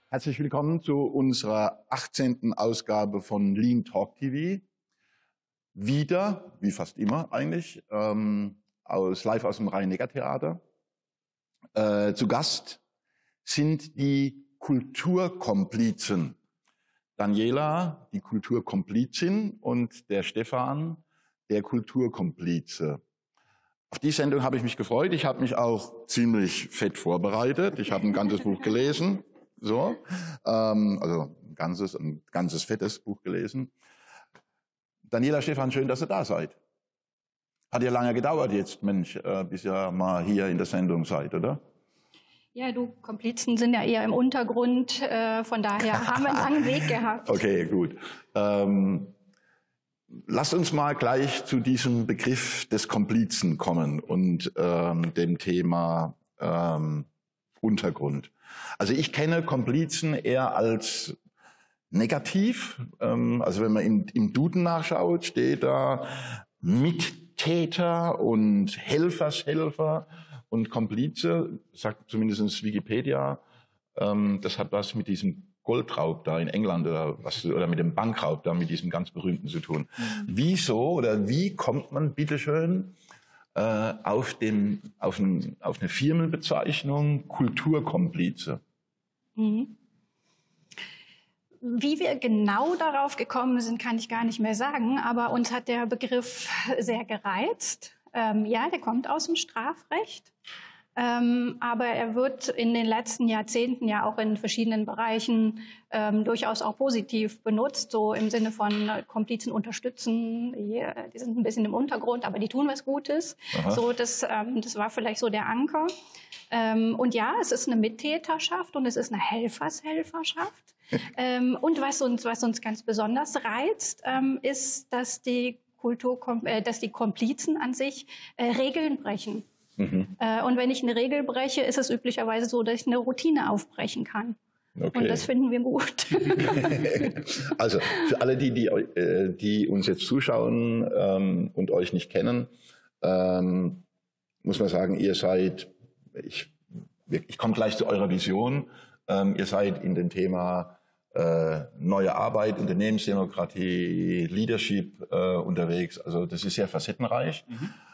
Herzlich willkommen zu unserer 18. Ausgabe von Lean Talk TV. Wieder, wie fast immer eigentlich, live aus dem Rhein-Neckar-Theater. Zu Gast sind die Kulturkomplizen. Daniela, die Kulturkomplizin, und der Stefan, der Kulturkomplize. Auf die Sendung habe ich mich gefreut. Ich habe mich auch ziemlich fett vorbereitet. Ich habe ein ganzes Buch gelesen. So, also ein ganzes fettes Buch gelesen. Daniela, Stefan, schön, dass ihr da seid. Hat ja lange gedauert jetzt, Mensch, bis ihr mal hier in der Sendung seid, oder? Ja, du, Komplizen sind ja eher im Untergrund, von daher haben wir einen langen Weg gehabt. Okay, gut. Lasst uns mal gleich zu diesem Begriff des Komplizen kommen und dem Thema Untergrund. Also ich kenne Komplizen eher als negativ. Also wenn man im Duden nachschaut, steht da Mittäter und Helfershelfer und Komplize, sagt zumindest Wikipedia. Das hat was mit diesem Goldraub da in England oder mit dem Bankraub da, mit diesem ganz berühmten zu tun. Wieso oder wie kommt man bitteschön auf eine Firmenbezeichnung Kulturkomplize? Mhm. Wie wir genau darauf gekommen sind, kann ich gar nicht mehr sagen, aber uns hat der Begriff sehr gereizt. Ja, der kommt aus dem Strafrecht, aber er wird in den letzten Jahrzehnten ja auch in verschiedenen Bereichen durchaus auch positiv benutzt, so im Sinne von Komplizen unterstützen, die sind ein bisschen im Untergrund, aber die tun was Gutes. So, das war vielleicht so der Anker. Und ja, es ist eine Mittäterschaft und es ist eine Helfershelferschaft. Und was uns ganz besonders reizt, ist, dass die Komplizen an sich Regeln brechen. Und wenn ich eine Regel breche, ist es üblicherweise so, dass ich eine Routine aufbrechen kann. Okay. Und das finden wir gut. Also für alle, die uns jetzt zuschauen und euch nicht kennen, muss man sagen, ihr seid, ich komme gleich zu eurer Vision, ihr seid in dem Thema neue Arbeit, Unternehmensdemokratie, Leadership unterwegs. Also das ist sehr facettenreich.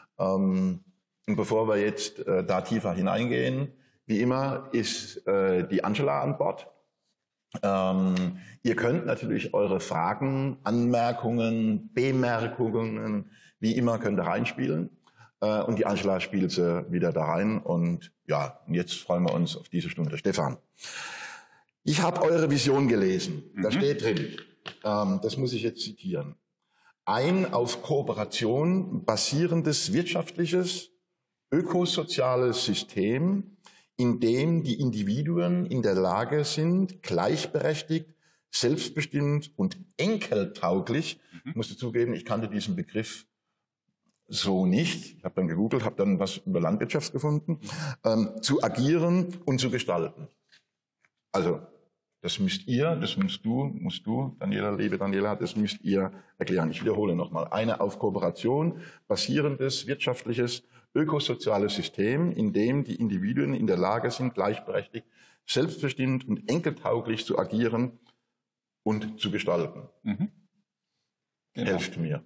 Und bevor wir jetzt da tiefer hineingehen, wie immer ist die Angela an Bord. Ihr könnt natürlich eure Fragen, Anmerkungen, Bemerkungen, wie immer könnt ihr reinspielen. Und die Angela spielt sie wieder da rein. Und ja, und jetzt freuen wir uns auf diese Stunde. Stefan, ich habe eure Vision gelesen. Da steht drin, das muss ich jetzt zitieren, ein auf Kooperation basierendes wirtschaftliches, ökosoziales System, in dem die Individuen in der Lage sind, gleichberechtigt, selbstbestimmt und enkeltauglich, ich musste zugeben, ich kannte diesen Begriff so nicht, ich habe dann gegoogelt, habe dann was über Landwirtschaft gefunden, zu agieren und zu gestalten. Also das musst du, Daniela, liebe Daniela, das müsst ihr erklären. Ich wiederhole nochmal. Eine auf Kooperation basierendes wirtschaftliches, ökosoziales System, in dem die Individuen in der Lage sind, gleichberechtigt, selbstbestimmt und enkeltauglich zu agieren und zu gestalten. Genau. Helft mir.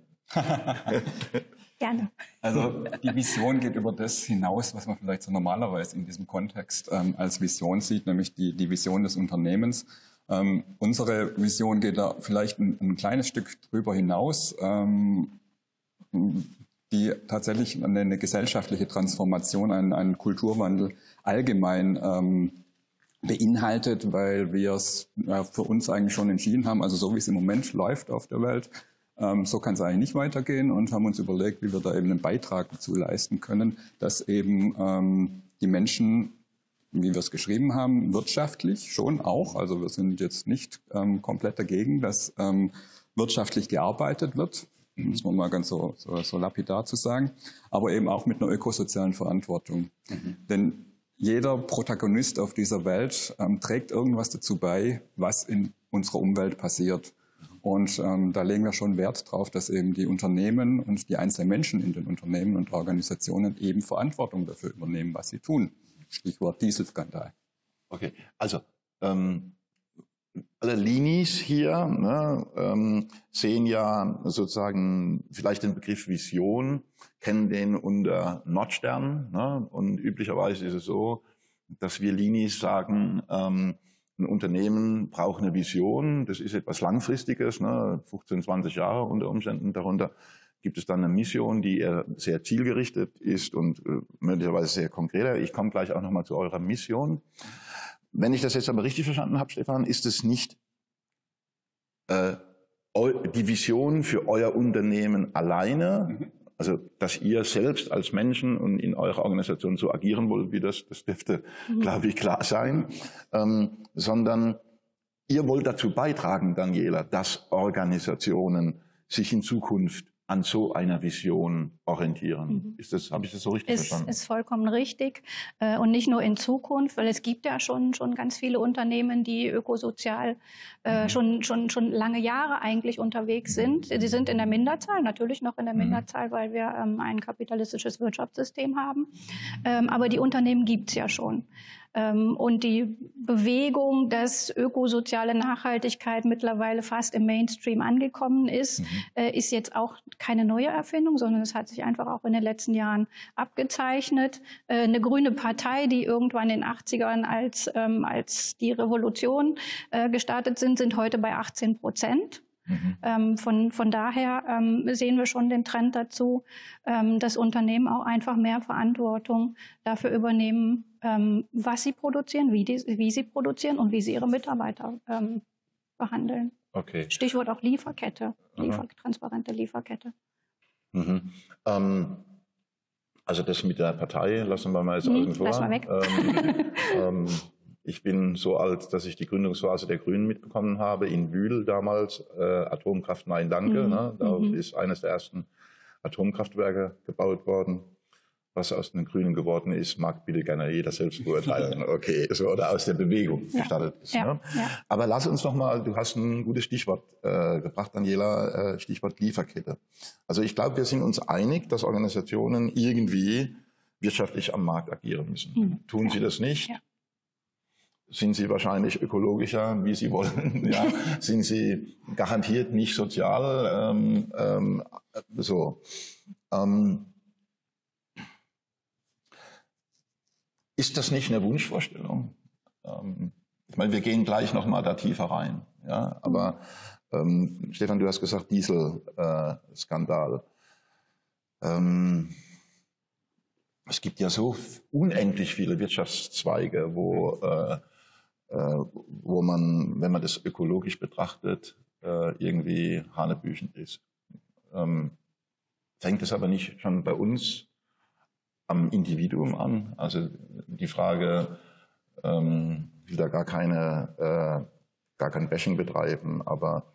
Gerne. Also die Vision geht über das hinaus, was man vielleicht so normalerweise in diesem Kontext als Vision sieht, nämlich die Vision des Unternehmens. Unsere Vision geht da vielleicht ein kleines Stück drüber hinaus, die tatsächlich eine gesellschaftliche Transformation, einen Kulturwandel allgemein beinhaltet, weil wir es für uns eigentlich schon entschieden haben, also so wie es im Moment läuft auf der Welt, so kann es eigentlich nicht weitergehen, und haben uns überlegt, wie wir da eben einen Beitrag dazu leisten können, dass eben die Menschen, wie wir es geschrieben haben, wirtschaftlich schon auch, also wir sind jetzt nicht komplett dagegen, dass wirtschaftlich gearbeitet wird, muss man mal ganz so lapidar zu sagen, aber eben auch mit einer ökosozialen Verantwortung. Denn jeder Protagonist auf dieser Welt trägt irgendwas dazu bei, was in unserer Umwelt passiert. Und da legen wir schon Wert drauf, dass eben die Unternehmen und die einzelnen Menschen in den Unternehmen und Organisationen eben Verantwortung dafür übernehmen, was sie tun. Stichwort Dieselskandal. Okay, also alle Linis hier sehen ja sozusagen vielleicht den Begriff Vision, kennen den unter Nordstern. Ne? Und üblicherweise ist es so, dass wir Linis sagen, ein Unternehmen braucht eine Vision. Das ist etwas Langfristiges, ne? 15, 20 Jahre unter Umständen. Darunter gibt es dann eine Mission, die eher sehr zielgerichtet ist und möglicherweise sehr konkreter. Ich komme gleich auch nochmal zu eurer Mission. Wenn ich das jetzt aber richtig verstanden habe, Stefan, ist es nicht die Vision für euer Unternehmen alleine, also dass ihr selbst als Menschen und in eurer Organisation so agieren wollt, wie das dürfte, glaube ich, klar sein, sondern ihr wollt dazu beitragen, Daniela, dass Organisationen sich in Zukunft an so einer Vision orientieren. Habe ich das so richtig verstanden? Ist vollkommen richtig. Und nicht nur in Zukunft, weil es gibt ja schon ganz viele Unternehmen, die ökosozial schon lange Jahre eigentlich unterwegs sind. Sie sind in der Minderzahl, natürlich noch in der Minderzahl, weil wir ein kapitalistisches Wirtschaftssystem haben. Aber die Unternehmen gibt es ja schon. Und die Bewegung, dass ökosoziale Nachhaltigkeit mittlerweile fast im Mainstream angekommen ist, ist jetzt auch keine neue Erfindung, sondern es hat sich einfach auch in den letzten Jahren abgezeichnet. Eine grüne Partei, die irgendwann in den 80ern als die Revolution gestartet sind heute bei 18%. Von daher sehen wir schon den Trend dazu, dass Unternehmen auch einfach mehr Verantwortung dafür übernehmen, was sie produzieren, wie sie produzieren und wie sie ihre Mitarbeiter behandeln. Okay. Stichwort auch Lieferkette, transparente Lieferkette. Also das mit der Partei lassen wir mal jetzt außen vor. Lass mal weg. Ich bin so alt, dass ich die Gründungsphase der Grünen mitbekommen habe, in Wühl damals, Atomkraft Nein Danke. Ne? Da ist eines der ersten Atomkraftwerke gebaut worden. Was aus den Grünen geworden ist, mag bitte gerne jeder selbst beurteilen. Okay, so, oder aus der Bewegung gestartet ist. Ja, ne? ja. Aber lass uns noch mal, du hast ein gutes Stichwort gebracht, Daniela, Stichwort Lieferkette. Also ich glaube, wir sind uns einig, dass Organisationen irgendwie wirtschaftlich am Markt agieren müssen. Tun sie das nicht? Ja. Sind sie wahrscheinlich ökologischer, wie sie wollen? Ja? Sind sie garantiert nicht sozial? Ist das nicht eine Wunschvorstellung? Ich meine, wir gehen gleich noch mal da tiefer rein. Ja? Aber Stefan, du hast gesagt, Dieselskandal. Es gibt ja so unendlich viele Wirtschaftszweige, wo man, wenn man das ökologisch betrachtet, irgendwie hanebüchend ist. Fängt es aber nicht schon bei uns am Individuum an? Also die Frage, ich will da gar kein Bashing betreiben, aber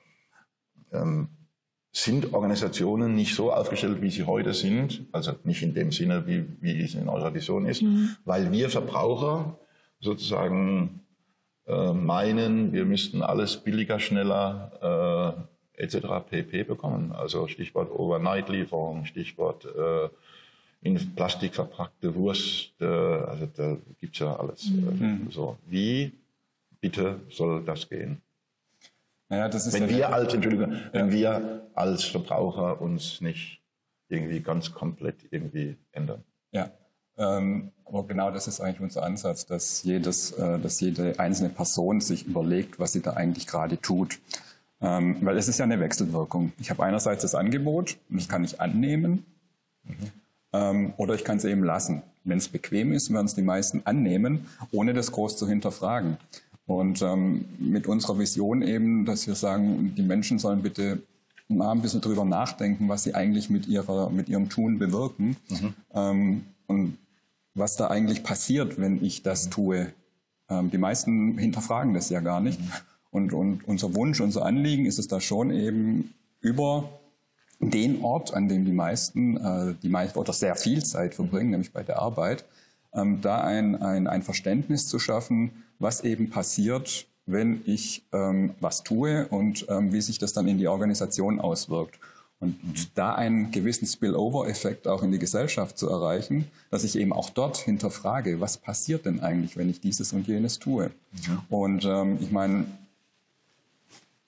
sind Organisationen nicht so aufgestellt, wie sie heute sind, also nicht in dem Sinne, wie es in eurer Vision ist, weil wir Verbraucher sozusagen meinen, wir müssten alles billiger, schneller etc. pp. Bekommen. Also Stichwort Overnight-Lieferung, Stichwort in Plastik verpackte Wurst, also da gibt es ja alles. So. Wie bitte soll das gehen? Naja, das ist wenn wir als Verbraucher uns nicht irgendwie ganz komplett irgendwie ändern. Ja, aber genau das ist eigentlich unser Ansatz, dass jede einzelne Person sich überlegt, was sie da eigentlich gerade tut. Weil es ist ja eine Wechselwirkung. Ich habe einerseits das Angebot, und das kann ich annehmen, oder ich kann es eben lassen. Wenn es bequem ist, werden es die meisten annehmen, ohne das groß zu hinterfragen. Und mit unserer Vision eben, dass wir sagen, die Menschen sollen bitte mal ein bisschen drüber nachdenken, was sie eigentlich mit ihrem Tun bewirken und was da eigentlich passiert, wenn ich das tue. Die meisten hinterfragen das ja gar nicht. Und unser Wunsch, unser Anliegen ist es da schon eben über den Ort, an dem die meisten oder sehr viel Zeit verbringen, nämlich bei der Arbeit, da ein Verständnis zu schaffen, was eben passiert, wenn ich was tue und wie sich das dann in die Organisation auswirkt. Und da einen gewissen Spillover-Effekt auch in die Gesellschaft zu erreichen, dass ich eben auch dort hinterfrage, was passiert denn eigentlich, wenn ich dieses und jenes tue. Und ich meine,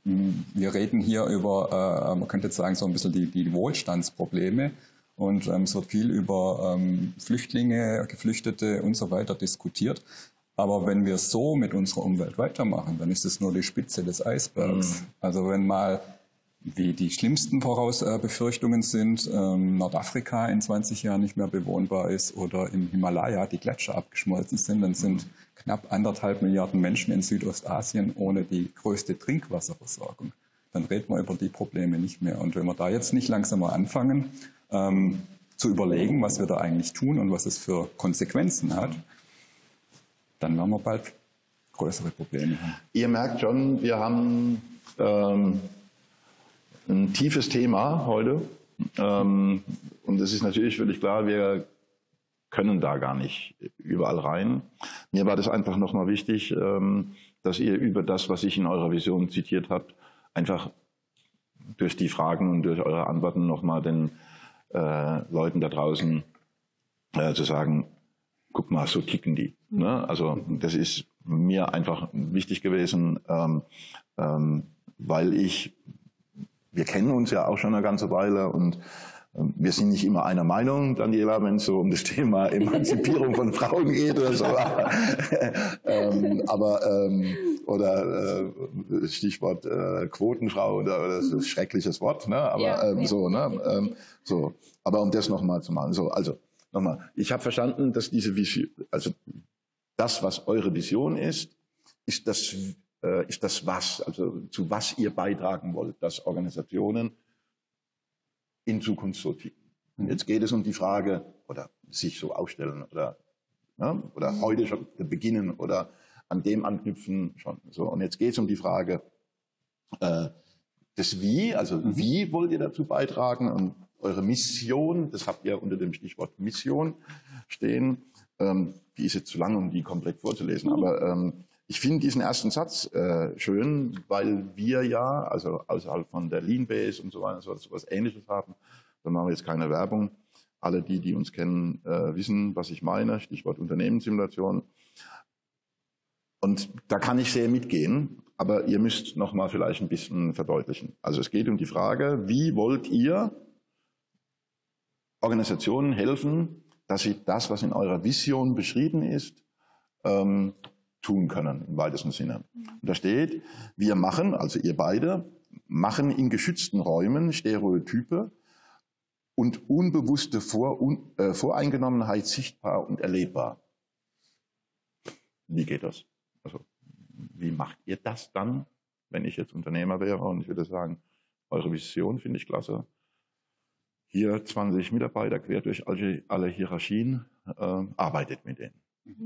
wir reden hier über, man könnte jetzt sagen, so ein bisschen die Wohlstandsprobleme. Und es wird viel über Flüchtlinge, Geflüchtete und so weiter diskutiert. Aber wenn wir so mit unserer Umwelt weitermachen, dann ist es nur die Spitze des Eisbergs. Also wenn mal, wie die schlimmsten Befürchtungen sind, Nordafrika in 20 Jahren nicht mehr bewohnbar ist oder im Himalaya die Gletscher abgeschmolzen sind, dann sind knapp 1,5 Milliarden Menschen in Südostasien ohne die größte Trinkwasserversorgung. Dann reden wir über die Probleme nicht mehr. Und wenn wir da jetzt nicht langsam mal anfangen, zu überlegen, was wir da eigentlich tun und was es für Konsequenzen hat, dann werden wir bald größere Probleme haben. Ihr merkt schon, wir haben ein tiefes Thema heute. Und es ist natürlich völlig klar, wir können da gar nicht überall rein. Mir war das einfach nochmal wichtig, dass ihr über das, was ich in eurer Vision zitiert habt, einfach durch die Fragen und durch eure Antworten nochmal den Leuten da draußen zu sagen, guck mal, so ticken die. Ne? Also das ist mir einfach wichtig gewesen, weil wir kennen uns ja auch schon eine ganze Weile und wir sind nicht immer einer Meinung, Daniela, wenn es so um das Thema Emanzipierung von Frauen geht oder so. Oder Stichwort Quotenfrau oder so ein schreckliches Wort, ne? Aber ja. so, ne? So. Aber um das nochmal zu machen. So, also nochmal. Ich habe verstanden, dass diese Vision, also das, was eure Vision ist das was, also zu was ihr beitragen wollt, dass Organisationen in Zukunft so ticken. Und jetzt geht es um die Frage, oder sich so aufstellen, oder heute schon beginnen, oder an dem anknüpfen schon. So, und jetzt geht es um die Frage des Wie, also wie wollt ihr dazu beitragen und eure Mission, das habt ihr unter dem Stichwort Mission stehen, die ist jetzt zu lang, um die komplett vorzulesen, aber ich finde diesen ersten Satz schön, weil wir ja, also außerhalb von der Lean Base und so weiter, so was Ähnliches haben. Da machen wir jetzt keine Werbung. Alle die uns kennen, wissen, was ich meine. Stichwort Unternehmenssimulation. Und da kann ich sehr mitgehen, aber ihr müsst noch mal vielleicht ein bisschen verdeutlichen. Also es geht um die Frage, wie wollt ihr Organisationen helfen, dass sie das, was in eurer Vision beschrieben ist, tun können, im weitesten Sinne. Und da steht, wir machen, also ihr beide, machen in geschützten Räumen Stereotype und unbewusste Voreingenommenheit sichtbar und erlebbar. Wie geht das? Also, wie macht ihr das dann, wenn ich jetzt Unternehmer wäre und ich würde sagen, eure Vision finde ich klasse. Hier 20 Mitarbeiter quer durch alle Hierarchien, arbeitet mit denen.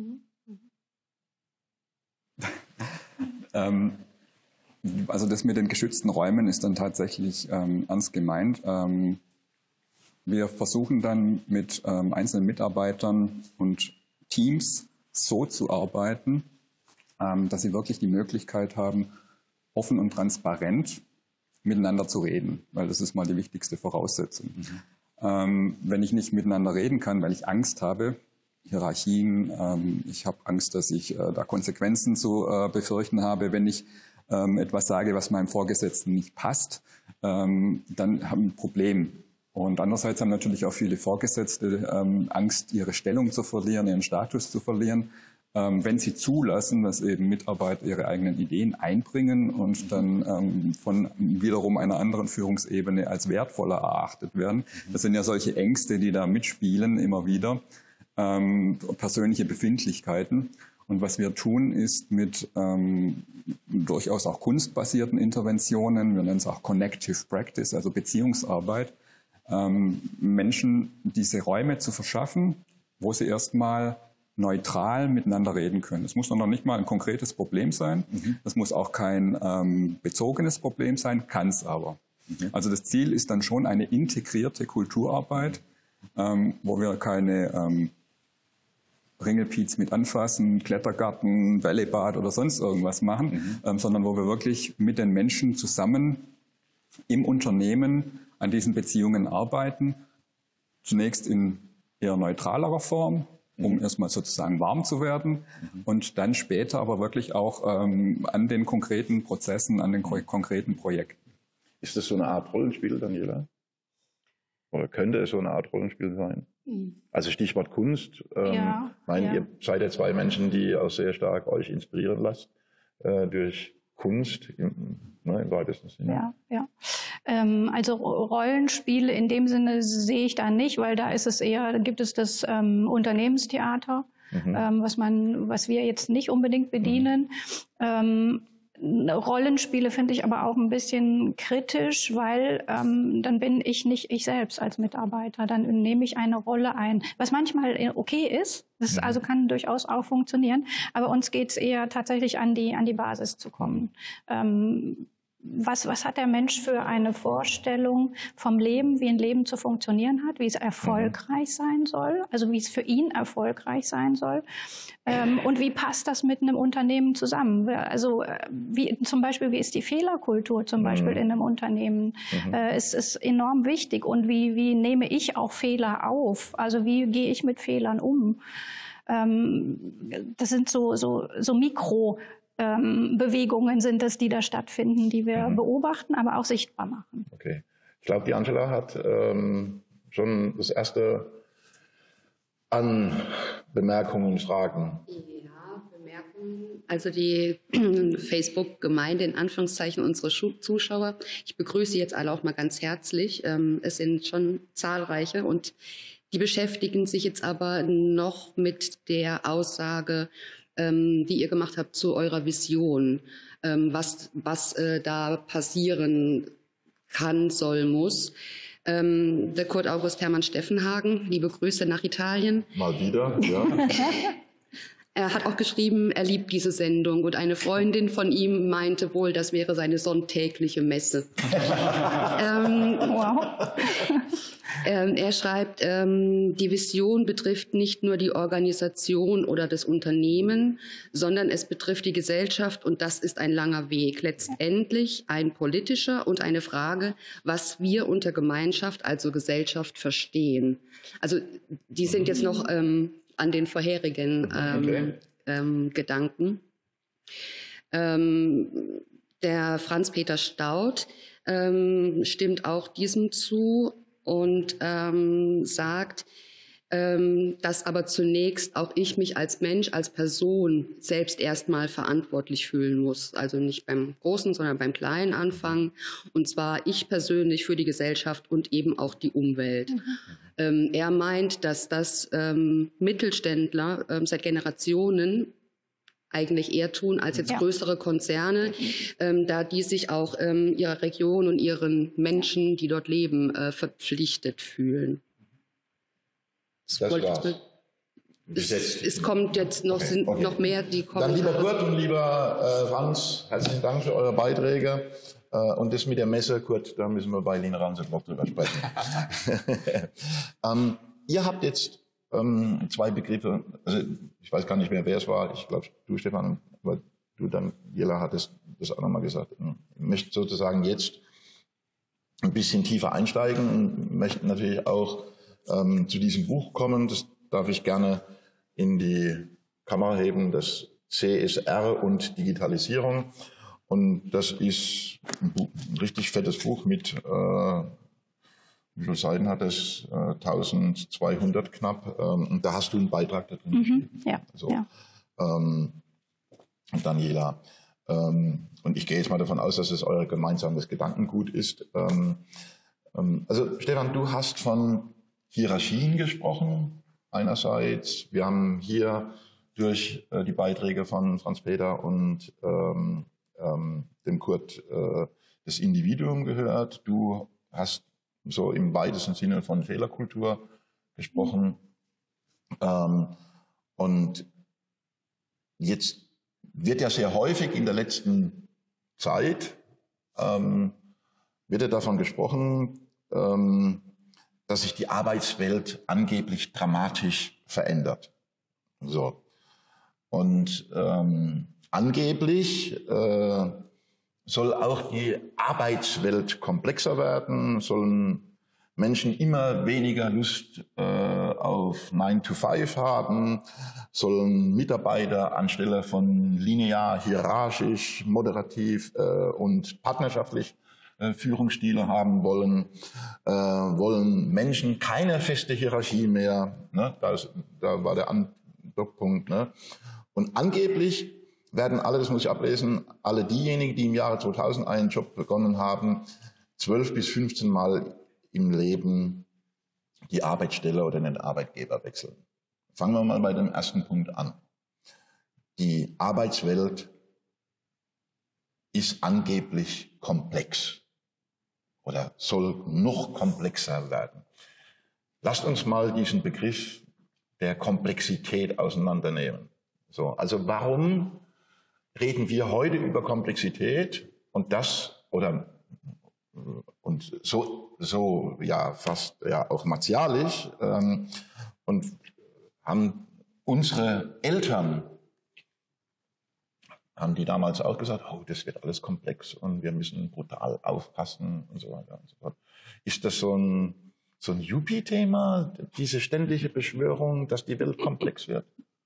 Also das mit den geschützten Räumen ist dann tatsächlich ernst gemeint. Wir versuchen dann mit einzelnen Mitarbeitern und Teams so zu arbeiten, dass sie wirklich die Möglichkeit haben, offen und transparent miteinander zu reden, weil das ist mal die wichtigste Voraussetzung. Wenn ich nicht miteinander reden kann, weil ich Angst habe, Hierarchien, ich habe Angst, dass ich da Konsequenzen zu befürchten habe, wenn ich etwas sage, was meinem Vorgesetzten nicht passt, dann haben wir ein Problem. Und andererseits haben natürlich auch viele Vorgesetzte Angst, ihre Stellung zu verlieren, ihren Status zu verlieren, wenn sie zulassen, dass eben Mitarbeiter ihre eigenen Ideen einbringen und dann von wiederum einer anderen Führungsebene als wertvoller erachtet werden. Das sind ja solche Ängste, die da mitspielen immer wieder, persönliche Befindlichkeiten. Und was wir tun, ist mit durchaus auch kunstbasierten Interventionen, wir nennen es auch Connective Practice, also Beziehungsarbeit, Menschen diese Räume zu verschaffen, wo sie erstmal neutral miteinander reden können. Es muss noch nicht mal ein konkretes Problem sein. Das muss auch kein bezogenes Problem sein, kann es aber. Also das Ziel ist dann schon eine integrierte Kulturarbeit, wo wir keine Ringelpiez mit anfassen, Klettergarten, Bällebad oder sonst irgendwas machen, sondern wo wir wirklich mit den Menschen zusammen im Unternehmen an diesen Beziehungen arbeiten. Zunächst in eher neutralerer Form, um erstmal sozusagen warm zu werden und dann später aber wirklich auch an den konkreten Prozessen, an den konkreten Projekten. Ist das so eine Art Rollenspiel, Daniela? Oder könnte es so eine Art Rollenspiel sein? Also Stichwort Kunst. Ihr seid ja zwei Menschen, die auch sehr stark euch inspirieren lasst durch Kunst im weitesten Sinne. Also Rollenspiele in dem Sinne sehe ich da nicht, weil da gibt es das Unternehmenstheater, was wir jetzt nicht unbedingt bedienen. Rollenspiele finde ich aber auch ein bisschen kritisch, weil dann bin ich nicht ich selbst als Mitarbeiter. Dann nehme ich eine Rolle ein, was manchmal okay ist. Das also kann durchaus auch funktionieren. Aber uns geht es eher tatsächlich an die Basis zu kommen. Was hat der Mensch für eine Vorstellung vom Leben, wie ein Leben zu funktionieren hat, wie es erfolgreich sein soll, also wie es für ihn erfolgreich sein soll und wie passt das mit einem Unternehmen zusammen? Also wie ist die Fehlerkultur zum Beispiel in einem Unternehmen? Es ist enorm wichtig und wie nehme ich auch Fehler auf? Also wie gehe ich mit Fehlern um? Das sind so Mikrobewegungen sind es, die da stattfinden, die wir beobachten, aber auch sichtbar machen. Okay. Ich glaube, die Angela hat schon das erste an Bemerkungen und Fragen. Ja, Bemerkungen. Also die Facebook-Gemeinde, in Anführungszeichen unsere Zuschauer, ich begrüße jetzt alle auch mal ganz herzlich. Es sind schon zahlreiche und die beschäftigen sich jetzt aber noch mit der Aussage, die ihr gemacht habt zu eurer Vision, was da passieren kann, soll, muss. Der Kurt August Hermann Steffenhagen, liebe Grüße nach Italien. Mal wieder, ja. Er hat auch geschrieben, er liebt diese Sendung und eine Freundin von ihm meinte wohl, das wäre seine sonntägliche Messe. Wow. Er schreibt, die Vision betrifft nicht nur die Organisation oder das Unternehmen, sondern es betrifft die Gesellschaft und das ist ein langer Weg. Letztendlich ein politischer und eine Frage, was wir unter Gemeinschaft, also Gesellschaft, verstehen. Also die sind jetzt noch an den vorherigen Gedanken. Der Franz-Peter Staudt stimmt auch diesem zu und sagt, dass aber zunächst auch ich mich als Mensch, als Person selbst erstmal verantwortlich fühlen muss. Also nicht beim Großen, sondern beim Kleinen anfangen. Und zwar ich persönlich für die Gesellschaft und eben auch die Umwelt. Er meint, dass das Mittelständler seit Generationen eigentlich eher tun als jetzt größere Konzerne, da die sich auch ihrer Region und ihren Menschen, die dort leben, verpflichtet fühlen. Es kommt jetzt noch, sind noch mehr, die kommen. Dann lieber Kurt und lieber Franz, herzlichen Dank für eure Beiträge. Und das mit der Messe, Kurt, da müssen wir bei Lina Ransebrok drüber sprechen. Ihr habt jetzt zwei Begriffe, also ich weiß gar nicht mehr, wer es war, ich glaube du, Stefan, aber du, Daniela, hattest das auch nochmal gesagt. Ich möchte sozusagen jetzt ein bisschen tiefer einsteigen und möchte natürlich auch zu diesem Buch kommen. Das darf ich gerne in die Kamera heben, das CSR und Digitalisierung. Und das ist ein richtig fettes Buch mit, wie viele Seiten hat es? 1200 knapp. Und da hast du einen Beitrag da drin geschrieben. Ja, also, Daniela. Und ich gehe jetzt mal davon aus, dass es euer gemeinsames Gedankengut ist. Also Stefan, du hast von Hierarchien gesprochen. Einerseits, wir haben hier durch die Beiträge von Franz-Peter und dem Kurt das Individuum gehört. Du hast so im weitesten Sinne von Fehlerkultur gesprochen. Und jetzt wird ja sehr häufig in der letzten Zeit wird ja davon gesprochen, dass sich die Arbeitswelt angeblich dramatisch verändert. So. Und angeblich soll auch die Arbeitswelt komplexer werden, sollen Menschen immer weniger Lust auf 9 to 5 haben, sollen Mitarbeiter anstelle von linear, hierarchisch, moderativ und partnerschaftlich Führungsstile haben wollen, wollen Menschen keine feste Hierarchie mehr. Ne? Da war der Andockpunkt. Ne? Und angeblich werden alle, das muss ich ablesen, alle diejenigen, die im Jahre 2000 einen Job begonnen haben, 12 bis 15 Mal im Leben die Arbeitsstelle oder den Arbeitgeber wechseln. Fangen wir mal bei dem ersten Punkt an. Die Arbeitswelt ist angeblich komplex oder soll noch komplexer werden. Lasst uns mal diesen Begriff der Komplexität auseinandernehmen. So, also warum reden wir heute über Komplexität und so ja fast ja auch martialisch und haben unsere Eltern haben die damals auch gesagt, oh, das wird alles komplex und wir müssen brutal aufpassen und so weiter und so fort. Ist das so ein Yuppie-Thema, diese ständige Beschwörung, dass die Welt komplex wird?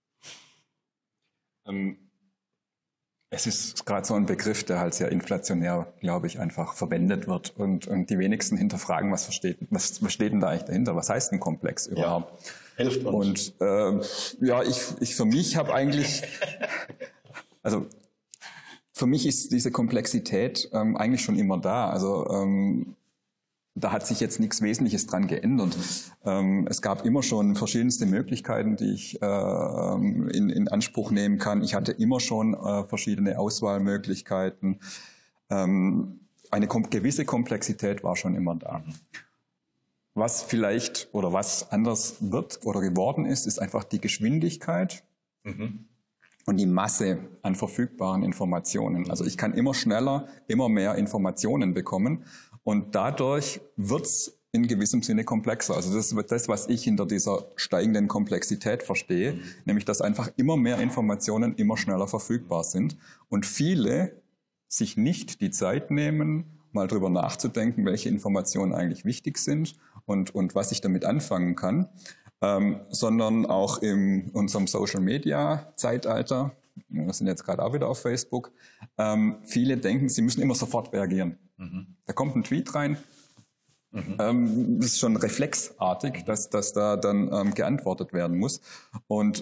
Es ist gerade so ein Begriff, der halt sehr inflationär, glaube ich, einfach verwendet wird und die wenigsten hinterfragen, was steht denn da eigentlich dahinter? Was heißt denn komplex überhaupt? Ja, hilft uns. Und ja, ich für mich habe eigentlich, also für mich ist diese Komplexität eigentlich schon immer da. Also da hat sich jetzt nichts Wesentliches dran geändert. Es gab immer schon verschiedenste Möglichkeiten, die ich in Anspruch nehmen kann. Ich hatte immer schon verschiedene Auswahlmöglichkeiten. Eine gewisse Komplexität war schon immer da. Was vielleicht oder was anders wird oder geworden ist einfach die Geschwindigkeit und die Masse an verfügbaren Informationen. Also ich kann immer schneller, immer mehr Informationen bekommen. Und dadurch wird's in gewissem Sinne komplexer. Also das ist das, was ich hinter dieser steigenden Komplexität verstehe, nämlich dass einfach immer mehr Informationen immer schneller verfügbar sind und viele sich nicht die Zeit nehmen, mal drüber nachzudenken, welche Informationen eigentlich wichtig sind und was ich damit anfangen kann, sondern auch in unserem Social-Media-Zeitalter, wir sind jetzt gerade auch wieder auf Facebook, viele denken, sie müssen immer sofort reagieren. Da kommt ein Tweet rein, das ist schon reflexartig, dass da dann geantwortet werden muss. Und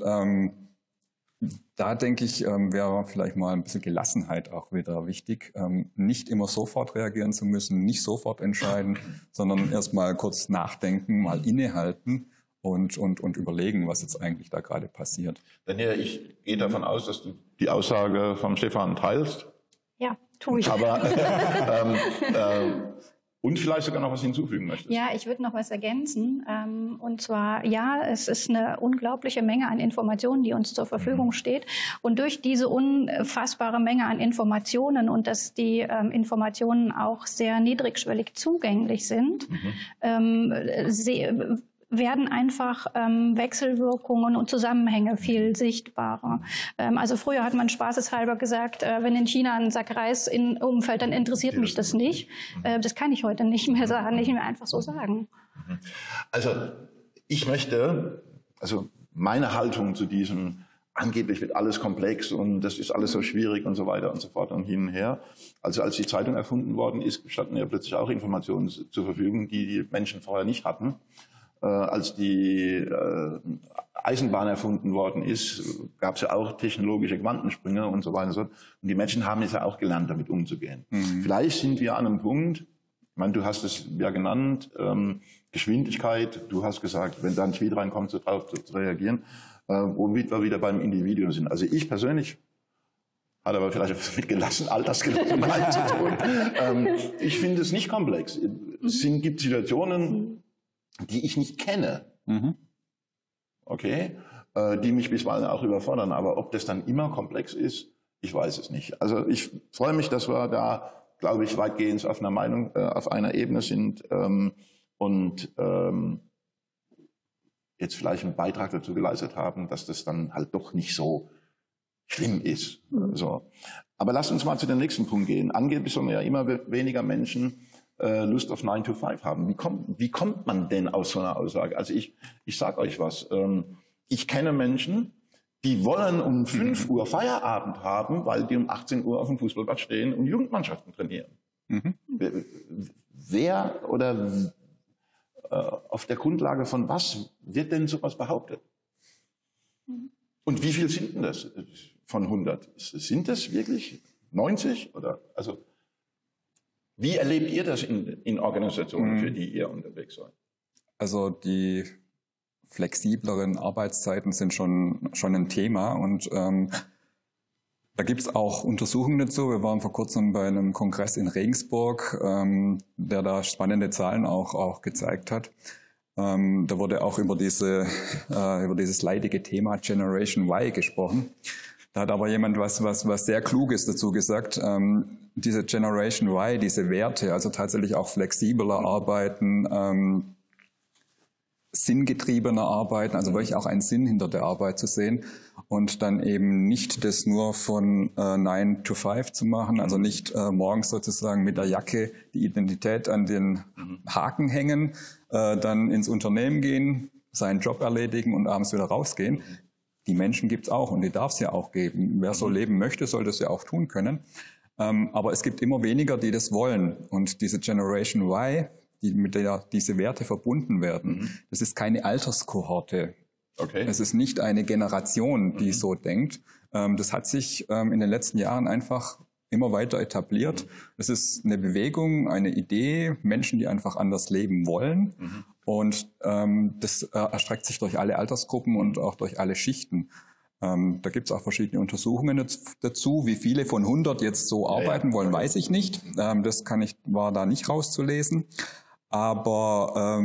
da denke ich, wäre vielleicht mal ein bisschen Gelassenheit auch wieder wichtig, nicht immer sofort reagieren zu müssen, nicht sofort entscheiden, sondern erst mal kurz nachdenken, mal innehalten und überlegen, was jetzt eigentlich da gerade passiert. Daniela, ich gehe davon aus, dass du die Aussage von Stefan teilst. Ja, tue ich. Aber und vielleicht sogar noch was hinzufügen möchtest. Ja, ich würde noch was ergänzen. Und zwar, ja, es ist eine unglaubliche Menge an Informationen, die uns zur Verfügung steht. Und durch diese unfassbare Menge an Informationen und dass die Informationen auch sehr niedrigschwellig zugänglich sind, werden einfach Wechselwirkungen und Zusammenhänge viel sichtbarer. Also früher hat man spaßeshalber gesagt, wenn in China ein Sack Reis umfällt, dann interessiert mich das nicht. Das kann ich heute nicht mehr sagen, nicht mehr einfach so sagen. Also meine Haltung zu diesem, angeblich wird alles komplex und das ist alles so schwierig und so weiter und so fort und hin und her. Also als die Zeitung erfunden worden ist, standen ja plötzlich auch Informationen zur Verfügung, die die Menschen vorher nicht hatten. Als die Eisenbahn erfunden worden ist, gab es ja auch technologische Quantensprünge und so weiter und so fort. Und die Menschen haben jetzt ja auch gelernt, damit umzugehen. Vielleicht sind wir an einem Punkt, ich meine, du hast es ja genannt, Geschwindigkeit, du hast gesagt, wenn da ein Tweet reinkommt, so drauf zu reagieren, womit wir wieder beim Individuum sind. Also ich persönlich, hat aber vielleicht mit gelassen, Altersgelassenheit zu tun. Ich finde es nicht komplex. Es gibt Situationen, die ich nicht kenne, okay, die mich bisweilen auch überfordern. Aber ob das dann immer komplex ist, ich weiß es nicht. Also ich freue mich, dass wir da, glaube ich, weitgehend auf einer Meinung, auf einer Ebene sind und jetzt vielleicht einen Beitrag dazu geleistet haben, dass das dann halt doch nicht so schlimm ist. So. Aber lasst uns mal zu dem nächsten Punkt gehen. Angeblich sollen ja immer weniger Menschen Lust auf 9 to 5 haben. Wie kommt man denn aus so einer Aussage? Also ich sage euch was. Ich kenne Menschen, die wollen um 5 Uhr Feierabend haben, weil die um 18 Uhr auf dem Fußballplatz stehen und Jugendmannschaften trainieren. Mhm. Wer oder auf der Grundlage von was wird denn sowas behauptet? Und wie viel sind denn das von 100? Sind das wirklich 90? Oder, also, wie erlebt ihr das in Organisationen, für die ihr unterwegs seid? Also die flexibleren Arbeitszeiten sind schon ein Thema und da gibt es auch Untersuchungen dazu. Wir waren vor kurzem bei einem Kongress in Regensburg, der da spannende Zahlen auch gezeigt hat. Da wurde auch über dieses leidige Thema Generation Y gesprochen. Da hat aber jemand was sehr Kluges dazu gesagt. Diese Generation Y, diese Werte, also tatsächlich auch flexibler arbeiten, sinngetriebener arbeiten, also wirklich auch einen Sinn hinter der Arbeit zu sehen und dann eben nicht das nur von 9 to 5 zu machen, also nicht morgens sozusagen mit der Jacke die Identität an den Haken hängen, dann ins Unternehmen gehen, seinen Job erledigen und abends wieder rausgehen. Die Menschen gibt's auch und die darf es ja auch geben. Wer so leben möchte, soll das ja auch tun können. Aber es gibt immer weniger, die das wollen. Und diese Generation Y, mit der diese Werte verbunden werden, das ist keine Alterskohorte. Okay. Es ist nicht eine Generation, die so denkt. Das hat sich in den letzten Jahren einfach immer weiter etabliert. Es ist eine Bewegung, eine Idee, Menschen, die einfach anders leben wollen. Und das erstreckt sich durch alle Altersgruppen und auch durch alle Schichten. Da gibt es auch verschiedene Untersuchungen dazu. Wie viele von 100 jetzt so arbeiten wollen, weiß ich nicht. Das war da nicht rauszulesen. Aber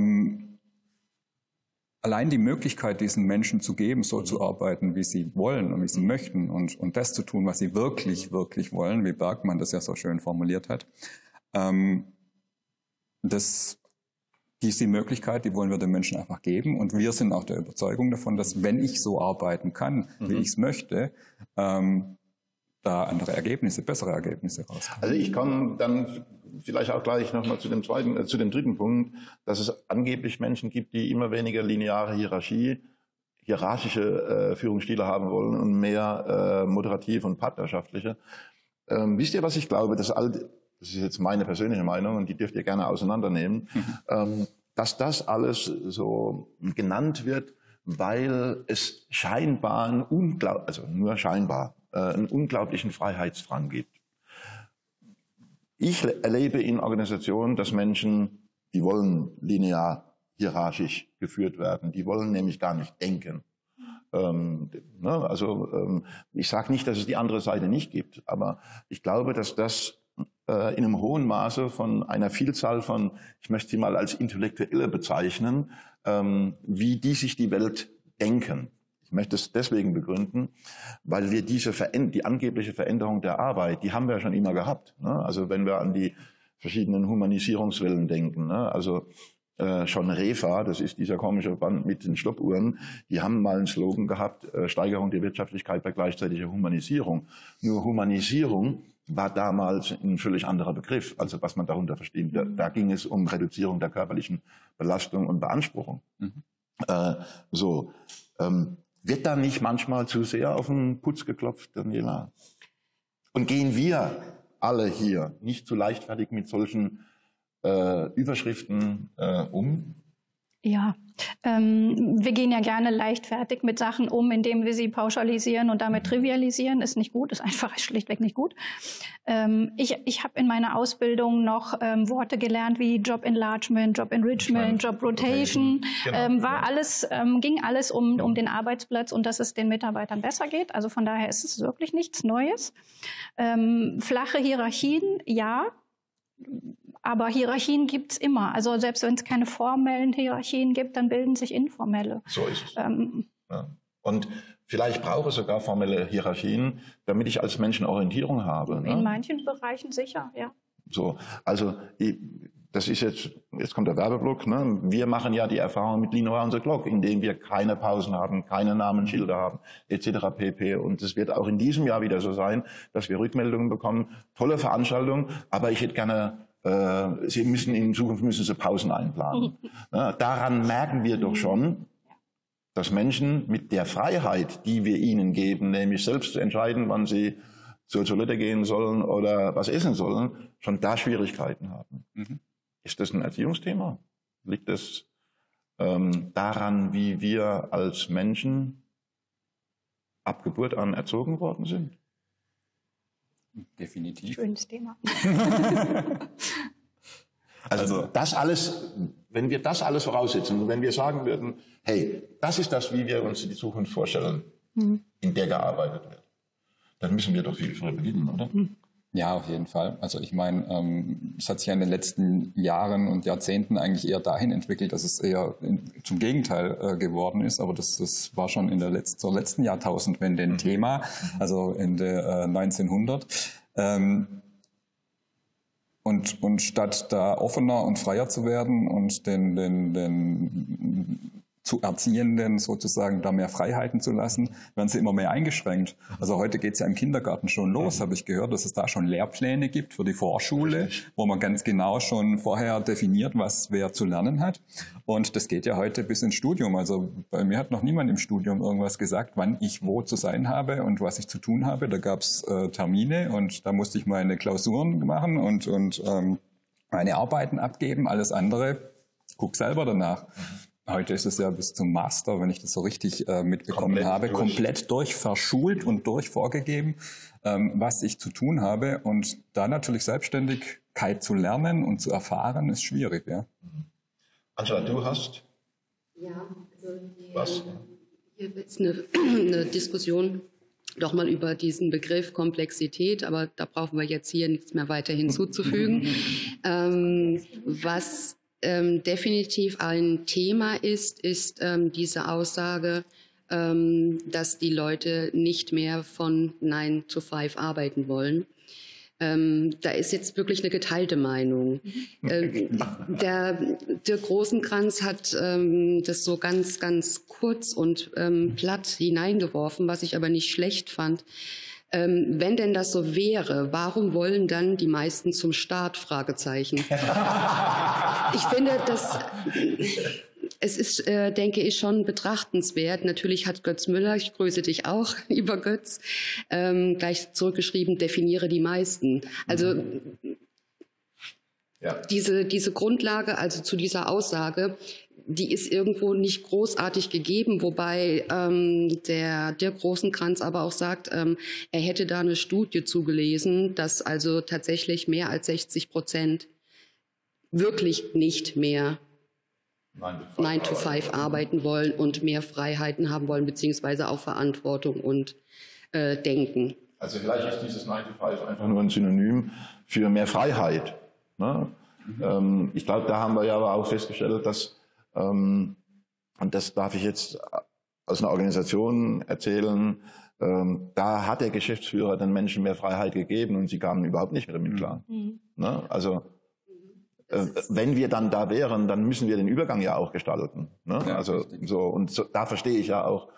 allein die Möglichkeit, diesen Menschen zu geben, so zu arbeiten, wie sie wollen und wie sie möchten und das zu tun, was sie wirklich, wirklich wollen, wie Bergmann das ja so schön formuliert hat, diese Möglichkeit, die wollen wir den Menschen einfach geben. Und wir sind auch der Überzeugung davon, dass wenn ich so arbeiten kann, wie ich es möchte, da andere Ergebnisse, bessere Ergebnisse rauskommen. Also ich komme dann vielleicht auch gleich nochmal zu dem dritten Punkt, dass es angeblich Menschen gibt, die immer weniger lineare hierarchische Führungsstile haben wollen und mehr moderativ und partnerschaftliche. Wisst ihr, was ich glaube? Das ist jetzt meine persönliche Meinung und die dürft ihr gerne auseinandernehmen, dass das alles so genannt wird, weil es scheinbar nur scheinbar einen unglaublichen Freiheitsdrang gibt. Ich erlebe in Organisationen, dass Menschen, die wollen linear hierarchisch geführt werden, die wollen nämlich gar nicht denken. Ich sage nicht, dass es die andere Seite nicht gibt, aber ich glaube, dass das in einem hohen Maße von einer Vielzahl von, ich möchte sie mal als Intellektuelle bezeichnen, wie die sich die Welt denken. Ich möchte es deswegen begründen, weil wir die angebliche Veränderung der Arbeit, die haben wir ja schon immer gehabt. Ne? Also wenn wir an die verschiedenen Humanisierungswellen denken, ne? Also schon Refa, das ist dieser komische Band mit den Stoppuhren, die haben mal einen Slogan gehabt, Steigerung der Wirtschaftlichkeit bei gleichzeitiger Humanisierung. Nur Humanisierung war damals ein völlig anderer Begriff, also was man darunter versteht. Da ging es um Reduzierung der körperlichen Belastung und Beanspruchung. Wird da nicht manchmal zu sehr auf den Putz geklopft, Daniela? Und gehen wir alle hier nicht zu leichtfertig mit solchen Überschriften um? Ja, wir gehen ja gerne leichtfertig mit Sachen um, indem wir sie pauschalisieren und damit trivialisieren. Ist nicht gut, ist einfach schlichtweg nicht gut. Ich habe in meiner Ausbildung noch Worte gelernt wie Job Enlargement, Job Enrichment, Job Rotation. Genau, ging alles um den Arbeitsplatz und dass es den Mitarbeitern besser geht. Also von daher ist es wirklich nichts Neues. Flache Hierarchien, ja. Aber Hierarchien gibt's immer. Also selbst wenn es keine formellen Hierarchien gibt, dann bilden sich informelle. So ist es. Ja. Und vielleicht brauche ich sogar formelle Hierarchien, damit ich als Menschen Orientierung habe. In manchen Bereichen sicher, ja. So, also das ist jetzt kommt der Werbeblock. Ne? Wir machen ja die Erfahrung mit Lean Around the Clock, indem wir keine Pausen haben, keine Namensschilder haben, etc. pp. Und es wird auch in diesem Jahr wieder so sein, dass wir Rückmeldungen bekommen. Tolle Veranstaltung, aber ich hätte gerne Sie müssen in Zukunft Pausen einplanen. Daran merken wir doch schon, dass Menschen mit der Freiheit, die wir ihnen geben, nämlich selbst zu entscheiden, wann sie zur Toilette gehen sollen oder was essen sollen, schon da Schwierigkeiten haben. Ist das ein Erziehungsthema? Liegt es daran, wie wir als Menschen ab Geburt an erzogen worden sind? Definitiv. Schönes Thema. Also das alles, wenn wir das alles voraussetzen, wenn wir sagen würden, hey, das ist das, wie wir uns die Zukunft vorstellen, in der gearbeitet wird, dann müssen wir doch viel früher beginnen, oder? Ja, auf jeden Fall. Also ich meine, es hat sich ja in den letzten Jahren und Jahrzehnten eigentlich eher dahin entwickelt, dass es eher zum Gegenteil geworden ist. Aber das war schon in der zur letzten Jahrtausendwende ein Thema, also Ende 1900. Und statt da offener und freier zu werden und den zu Erziehenden sozusagen da mehr Freiheiten zu lassen, werden sie immer mehr eingeschränkt. Also heute geht es ja im Kindergarten schon los, habe ich gehört, dass es da schon Lehrpläne gibt für die Vorschule, wo man ganz genau schon vorher definiert, was wer zu lernen hat. Und das geht ja heute bis ins Studium. Also bei mir hat noch niemand im Studium irgendwas gesagt, wann ich wo zu sein habe und was ich zu tun habe. Da gab es Termine und da musste ich meine Klausuren machen und meine Arbeiten abgeben. Alles andere, guck selber danach. Heute ist es ja bis zum Master, wenn ich das so richtig mitbekommen habe, komplett verschult und vorgegeben, was ich zu tun habe. Und da natürlich Selbstständigkeit zu lernen und zu erfahren, ist schwierig. Ja. Angela, du hast? Ja, also was? Hier wird es eine Diskussion doch mal über diesen Begriff Komplexität, aber da brauchen wir jetzt hier nichts mehr weiter hinzuzufügen. Was definitiv ein Thema ist diese Aussage, dass die Leute nicht mehr von 9 to 5 arbeiten wollen. Da ist jetzt wirklich eine geteilte Meinung. Der Dirk Rosenkranz hat das so ganz, ganz kurz und platt hineingeworfen, was ich aber nicht schlecht fand. Wenn denn das so wäre, warum wollen dann die meisten zum Staat? Fragezeichen. Ich finde, es ist, denke ich, schon betrachtenswert. Natürlich hat Götz Müller, ich grüße dich auch, lieber Götz, gleich zurückgeschrieben, definiere die meisten. Also ja. Diese Grundlage, also zu dieser Aussage, die ist irgendwo nicht großartig gegeben, wobei der Dirk Rosenkranz aber auch sagt, er hätte da eine Studie zugelesen, dass also tatsächlich mehr als 60% wirklich nicht mehr 9 to 5 arbeiten wollen und mehr Freiheiten haben wollen, beziehungsweise auch Verantwortung und Denken. Also vielleicht ist dieses 9 to 5 einfach nur ein Synonym für mehr Freiheit. Ne? Ich glaube, da haben wir ja aber auch festgestellt, dass und das darf ich jetzt aus einer Organisation erzählen, da hat der Geschäftsführer den Menschen mehr Freiheit gegeben und sie kamen überhaupt nicht mehr damit klar. Ne? Also wenn wir dann da wären, dann müssen wir den Übergang ja auch gestalten. Ne? Ja, also so, und so, da verstehe ich ja auch,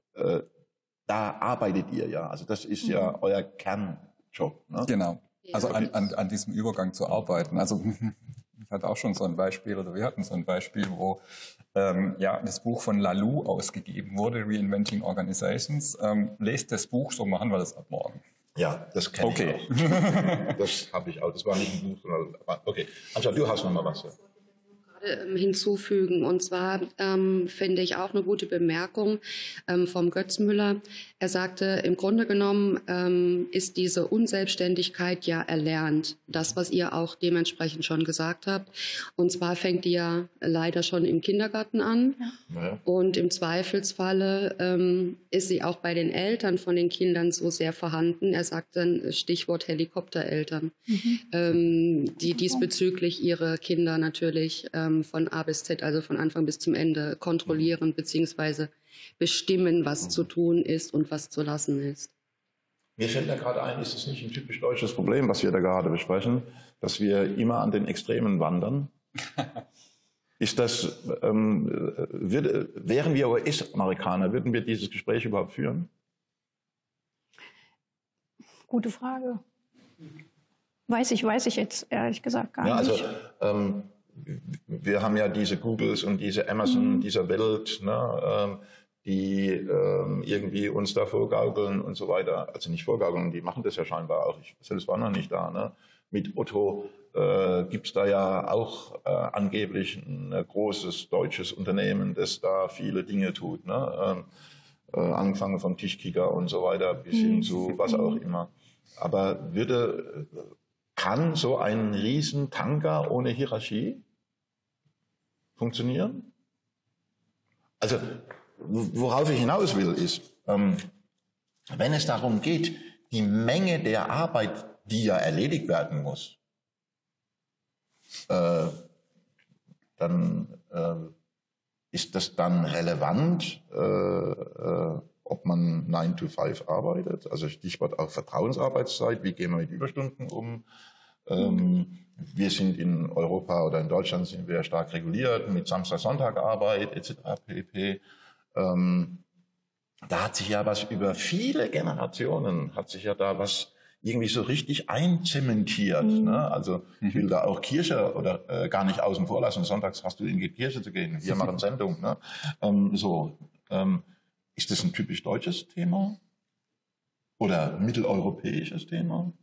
da arbeitet ihr ja. Also das ist ja euer Kernjob. Ne? Genau. Also an diesem Übergang zu arbeiten. Also ich hatte auch schon so ein Beispiel, oder wir hatten so ein Beispiel, wo das Buch von Laloux ausgegeben wurde, Reinventing Organizations. Lest das Buch, so machen wir das ab morgen. Ja, das kenne ich auch. Das habe ich auch. Das war nicht ein Buch, sondern okay. Angela, du hast noch mal was. Ja. Hinzufügen. Und zwar finde ich auch eine gute Bemerkung vom Götz Müller. Er sagte, im Grunde genommen ist diese Unselbstständigkeit ja erlernt. Das, was ihr auch dementsprechend schon gesagt habt. Und zwar fängt die ja leider schon im Kindergarten an. Ja. Und im Zweifelsfalle ist sie auch bei den Eltern von den Kindern so sehr vorhanden. Er sagt dann Stichwort Helikoptereltern, die diesbezüglich ihre Kinder natürlich von A bis Z, also von Anfang bis zum Ende kontrollieren bzw. bestimmen, was zu tun ist und was zu lassen ist. Mir fällt da gerade ein, ist es nicht ein typisch deutsches Problem, was wir da gerade besprechen, dass wir immer an den Extremen wandern? Ist das, wären wir US-Amerikaner, würden wir dieses Gespräch überhaupt führen? Gute Frage. Weiß ich jetzt ehrlich gesagt gar nicht. Also wir haben ja diese Googles und diese Amazon dieser Welt, ne, die irgendwie uns da vorgaukeln und so weiter. Also nicht vorgaukeln, die machen das ja scheinbar auch. Ich selbst war noch nicht da. Ne? Mit Otto gibt es da ja auch angeblich ein großes deutsches Unternehmen, das da viele Dinge tut. Ne? Angefangen vom Tischkicker und so weiter bis hin zu was auch immer. Aber kann so ein Riesentanker ohne Hierarchie funktionieren? Also, worauf ich hinaus will, ist, wenn es darum geht, die Menge der Arbeit, die ja erledigt werden muss, dann ist das dann relevant, ob man 9 to 5 arbeitet? Also Stichwort auch Vertrauensarbeitszeit. Wie gehen wir mit Überstunden um? Wir sind in Europa oder in Deutschland sind wir stark reguliert mit Samstag-Sonntag-Arbeit etc. pp. Da hat sich ja was über viele Generationen, hat sich ja da was irgendwie so richtig einzementiert. Ne? Also ich will da auch Kirche oder gar nicht außen vor lassen. Sonntags hast du in die Kirche zu gehen. Wir machen Sendung. Ne? Ist das ein typisch deutsches Thema oder mitteleuropäisches Thema?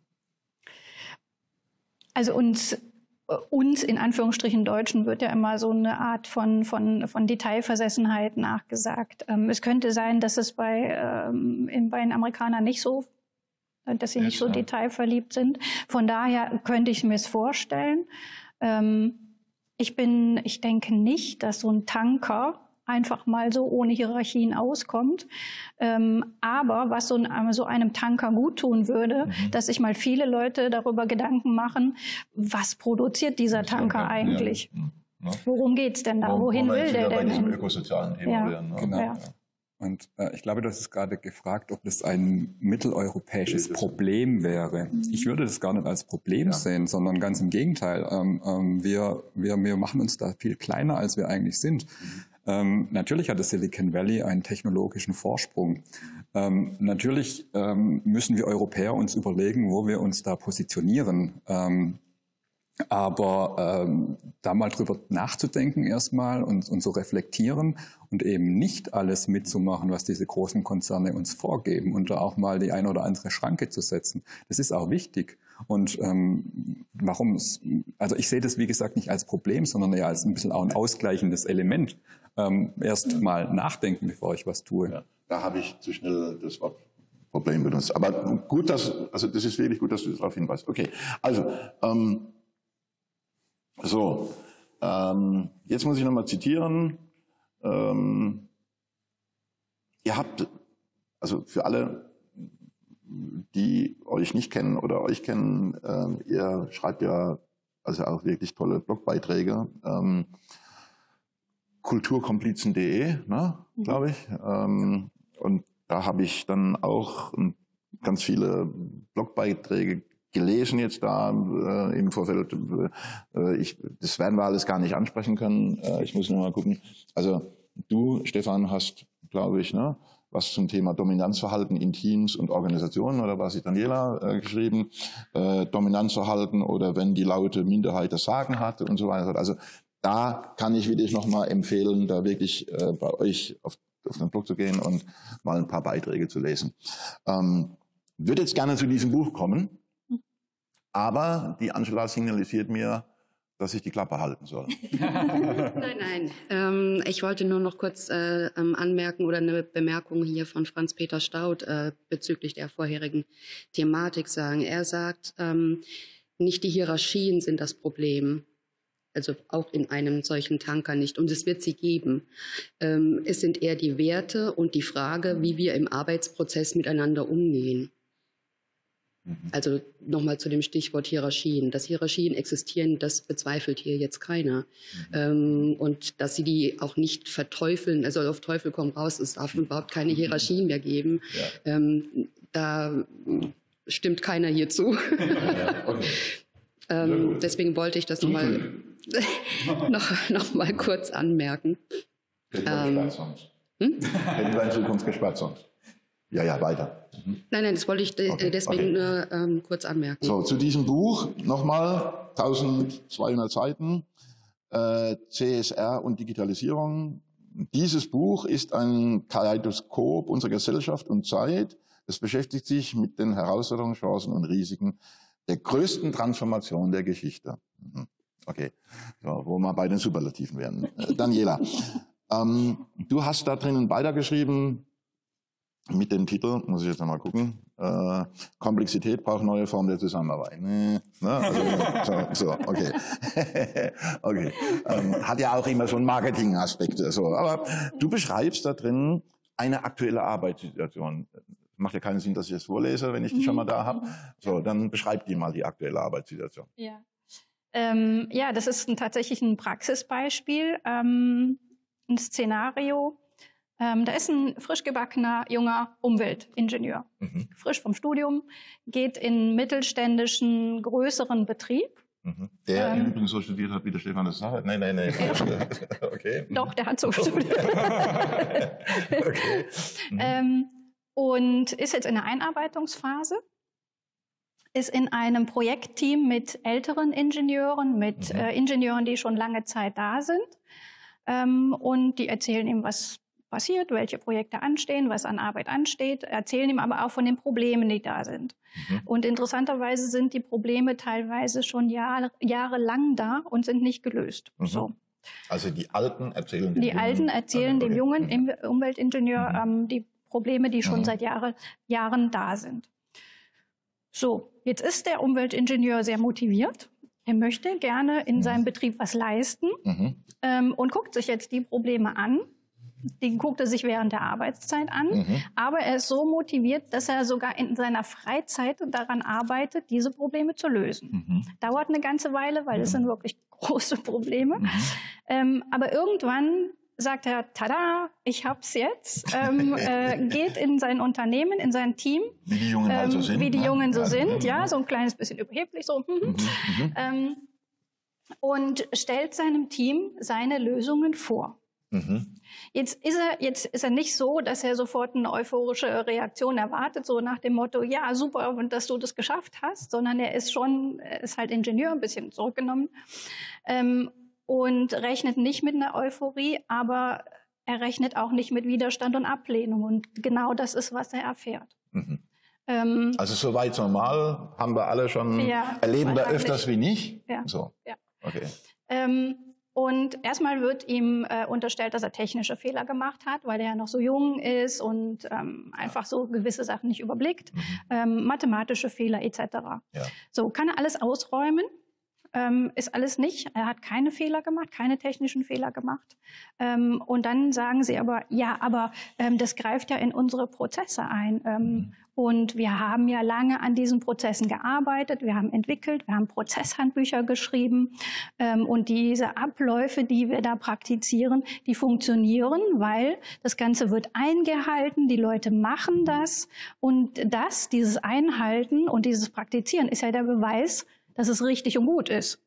Also uns in Anführungsstrichen Deutschen wird ja immer so eine Art von Detailversessenheit nachgesagt. Es könnte sein, dass es bei den Amerikanern nicht so, dass sie nicht so detailverliebt sind. Von daher könnte ich mir es vorstellen. Ich denke nicht, dass so ein Tanker einfach mal so ohne Hierarchien auskommt. Aber was so einem Tanker gut tun würde, dass sich mal viele Leute darüber Gedanken machen, was produziert dieser Tanker eigentlich? Ja. Worum geht's denn da? Wohin will der denn? Bei diesem ökosozialen Thema werden. Ne? Genau. Ja. Und ich glaube, du hast gerade gefragt, ob das ein mitteleuropäisches Problem wäre. Ich würde das gar nicht als Problem sehen, sondern ganz im Gegenteil. Wir machen uns da viel kleiner, als wir eigentlich sind. Natürlich hat das Silicon Valley einen technologischen Vorsprung. Natürlich müssen wir Europäer uns überlegen, wo wir uns da positionieren. Aber da mal drüber nachzudenken erstmal und so reflektieren und eben nicht alles mitzumachen, was diese großen Konzerne uns vorgeben und da auch mal die eine oder andere Schranke zu setzen, das ist auch wichtig. Und also ich sehe das wie gesagt nicht als Problem, sondern eher als ein bisschen auch ein ausgleichendes Element. Erst mal nachdenken, bevor ich was tue. Ja, da habe ich zu schnell das Wort Problem benutzt. Aber gut, das ist wirklich gut, dass du darauf hinweist. Okay, also jetzt muss ich nochmal zitieren. Ihr habt, also für alle, die euch nicht kennen oder euch kennen, ihr schreibt ja also auch wirklich tolle Blogbeiträge. Kulturkomplizen.de, ne, glaube ich. Und da habe ich dann auch ganz viele Blogbeiträge gelesen jetzt da im Vorfeld. Das werden wir alles gar nicht ansprechen können. Ich muss nur mal gucken. Also du, Stefan, hast, glaube ich, ne, was zum Thema Dominanzverhalten in Teams und Organisationen oder was Daniela geschrieben. Dominanzverhalten oder wenn die laute Minderheit das Sagen hat und so weiter. Also da kann ich wirklich nochmal empfehlen, da wirklich bei euch auf den Blog zu gehen und mal ein paar Beiträge zu lesen. Würde jetzt gerne zu diesem Buch kommen, aber die Angela signalisiert mir, dass ich die Klappe halten soll. Nein. Ich wollte nur noch kurz anmerken oder eine Bemerkung hier von Franz-Peter Staudt bezüglich der vorherigen Thematik sagen. Er sagt, nicht die Hierarchien sind das Problem. Also auch in einem solchen Tanker nicht. Und es wird sie geben. Es sind eher die Werte und die Frage, wie wir im Arbeitsprozess miteinander umgehen. Also nochmal zu dem Stichwort Hierarchien. Dass Hierarchien existieren, das bezweifelt hier jetzt keiner. Und dass sie die auch nicht verteufeln, also auf Teufel komm raus, es darf überhaupt keine Hierarchien mehr geben. Ja. Da stimmt keiner hier zu. Ja, okay. Deswegen wollte ich das noch mal kurz anmerken. Hätten wir in Zukunft gesperrt sonst. Ja, weiter. Nein, das wollte ich deswegen nur kurz anmerken. So, zu diesem Buch nochmal, 1200 Seiten, CSR und Digitalisierung. Dieses Buch ist ein Kaleidoskop unserer Gesellschaft und Zeit. Es beschäftigt sich mit den Herausforderungen, Chancen und Risiken der größten Transformation der Geschichte. Okay, so, wo wir bei den Superlativen wären. Daniela, du hast da drinnen weitergeschrieben mit dem Titel, muss ich jetzt nochmal gucken, Komplexität braucht neue Formen der Zusammenarbeit. Ne? Also, okay. Okay. Hat ja auch immer so einen Marketing-Aspekt. So. Aber du beschreibst da drin eine aktuelle Arbeitssituation. Macht ja keinen Sinn, dass ich das vorlese, wenn ich die schon mal da habe. So, dann beschreib die mal, die aktuelle Arbeitssituation. Ja, ja, das ist tatsächlich ein Praxisbeispiel, ein Szenario. Da ist ein frisch gebackener junger Umweltingenieur, frisch vom Studium, geht in einen mittelständischen, größeren Betrieb. Der übrigens so studiert hat, wie der Stefan das sagt? Nein. Okay. Doch, der hat so studiert. Okay. Und ist jetzt in der Einarbeitungsphase, ist in einem Projektteam mit älteren Ingenieuren, mit Ingenieuren, die schon lange Zeit da sind. Und die erzählen ihm, was passiert, welche Projekte anstehen, was an Arbeit ansteht, erzählen ihm aber auch von den Problemen, die da sind. Und interessanterweise sind die Probleme teilweise schon jahrelang da und sind nicht gelöst. So. Also die Alten erzählen dem jungen Umweltingenieur die Probleme, die schon seit Jahren da sind. So, jetzt ist der Umweltingenieur sehr motiviert. Er möchte gerne in seinem Betrieb was leisten und guckt sich jetzt die Probleme an. Die guckt er sich während der Arbeitszeit an, aber er ist so motiviert, dass er sogar in seiner Freizeit daran arbeitet, diese Probleme zu lösen. Dauert eine ganze Weile, weil es sind wirklich große Probleme. Aber irgendwann sagt er, tada, ich hab's jetzt, geht in sein Unternehmen, in sein Team. Wie die Jungen halt so sind. Wie die Jungen so sind, ja, so ein kleines bisschen überheblich, so. Und stellt seinem Team seine Lösungen vor. Jetzt ist er nicht so, dass er sofort eine euphorische Reaktion erwartet, so nach dem Motto, ja, super, dass du das geschafft hast, sondern er ist halt Ingenieur, ein bisschen zurückgenommen und rechnet nicht mit einer Euphorie, aber er rechnet auch nicht mit Widerstand und Ablehnung. Und genau das ist, was er erfährt. Also soweit normal, haben wir alle schon, erleben wir öfters wie nicht. Ja. So. Ja. Okay. Und erstmal wird ihm unterstellt, dass er technische Fehler gemacht hat, weil er ja noch so jung ist und einfach so gewisse Sachen nicht überblickt. Mathematische Fehler etc. Ja. So, kann er alles ausräumen? Ist alles nicht. Er hat keine Fehler gemacht, keine technischen Fehler gemacht. Und dann sagen sie aber, ja, aber das greift ja in unsere Prozesse ein. Und wir haben ja lange an diesen Prozessen gearbeitet, wir haben entwickelt, wir haben Prozesshandbücher geschrieben. Und diese Abläufe, die wir da praktizieren, die funktionieren, weil das Ganze wird eingehalten, die Leute machen das. Und dieses Einhalten und dieses Praktizieren ist ja der Beweis, dass es richtig und gut ist.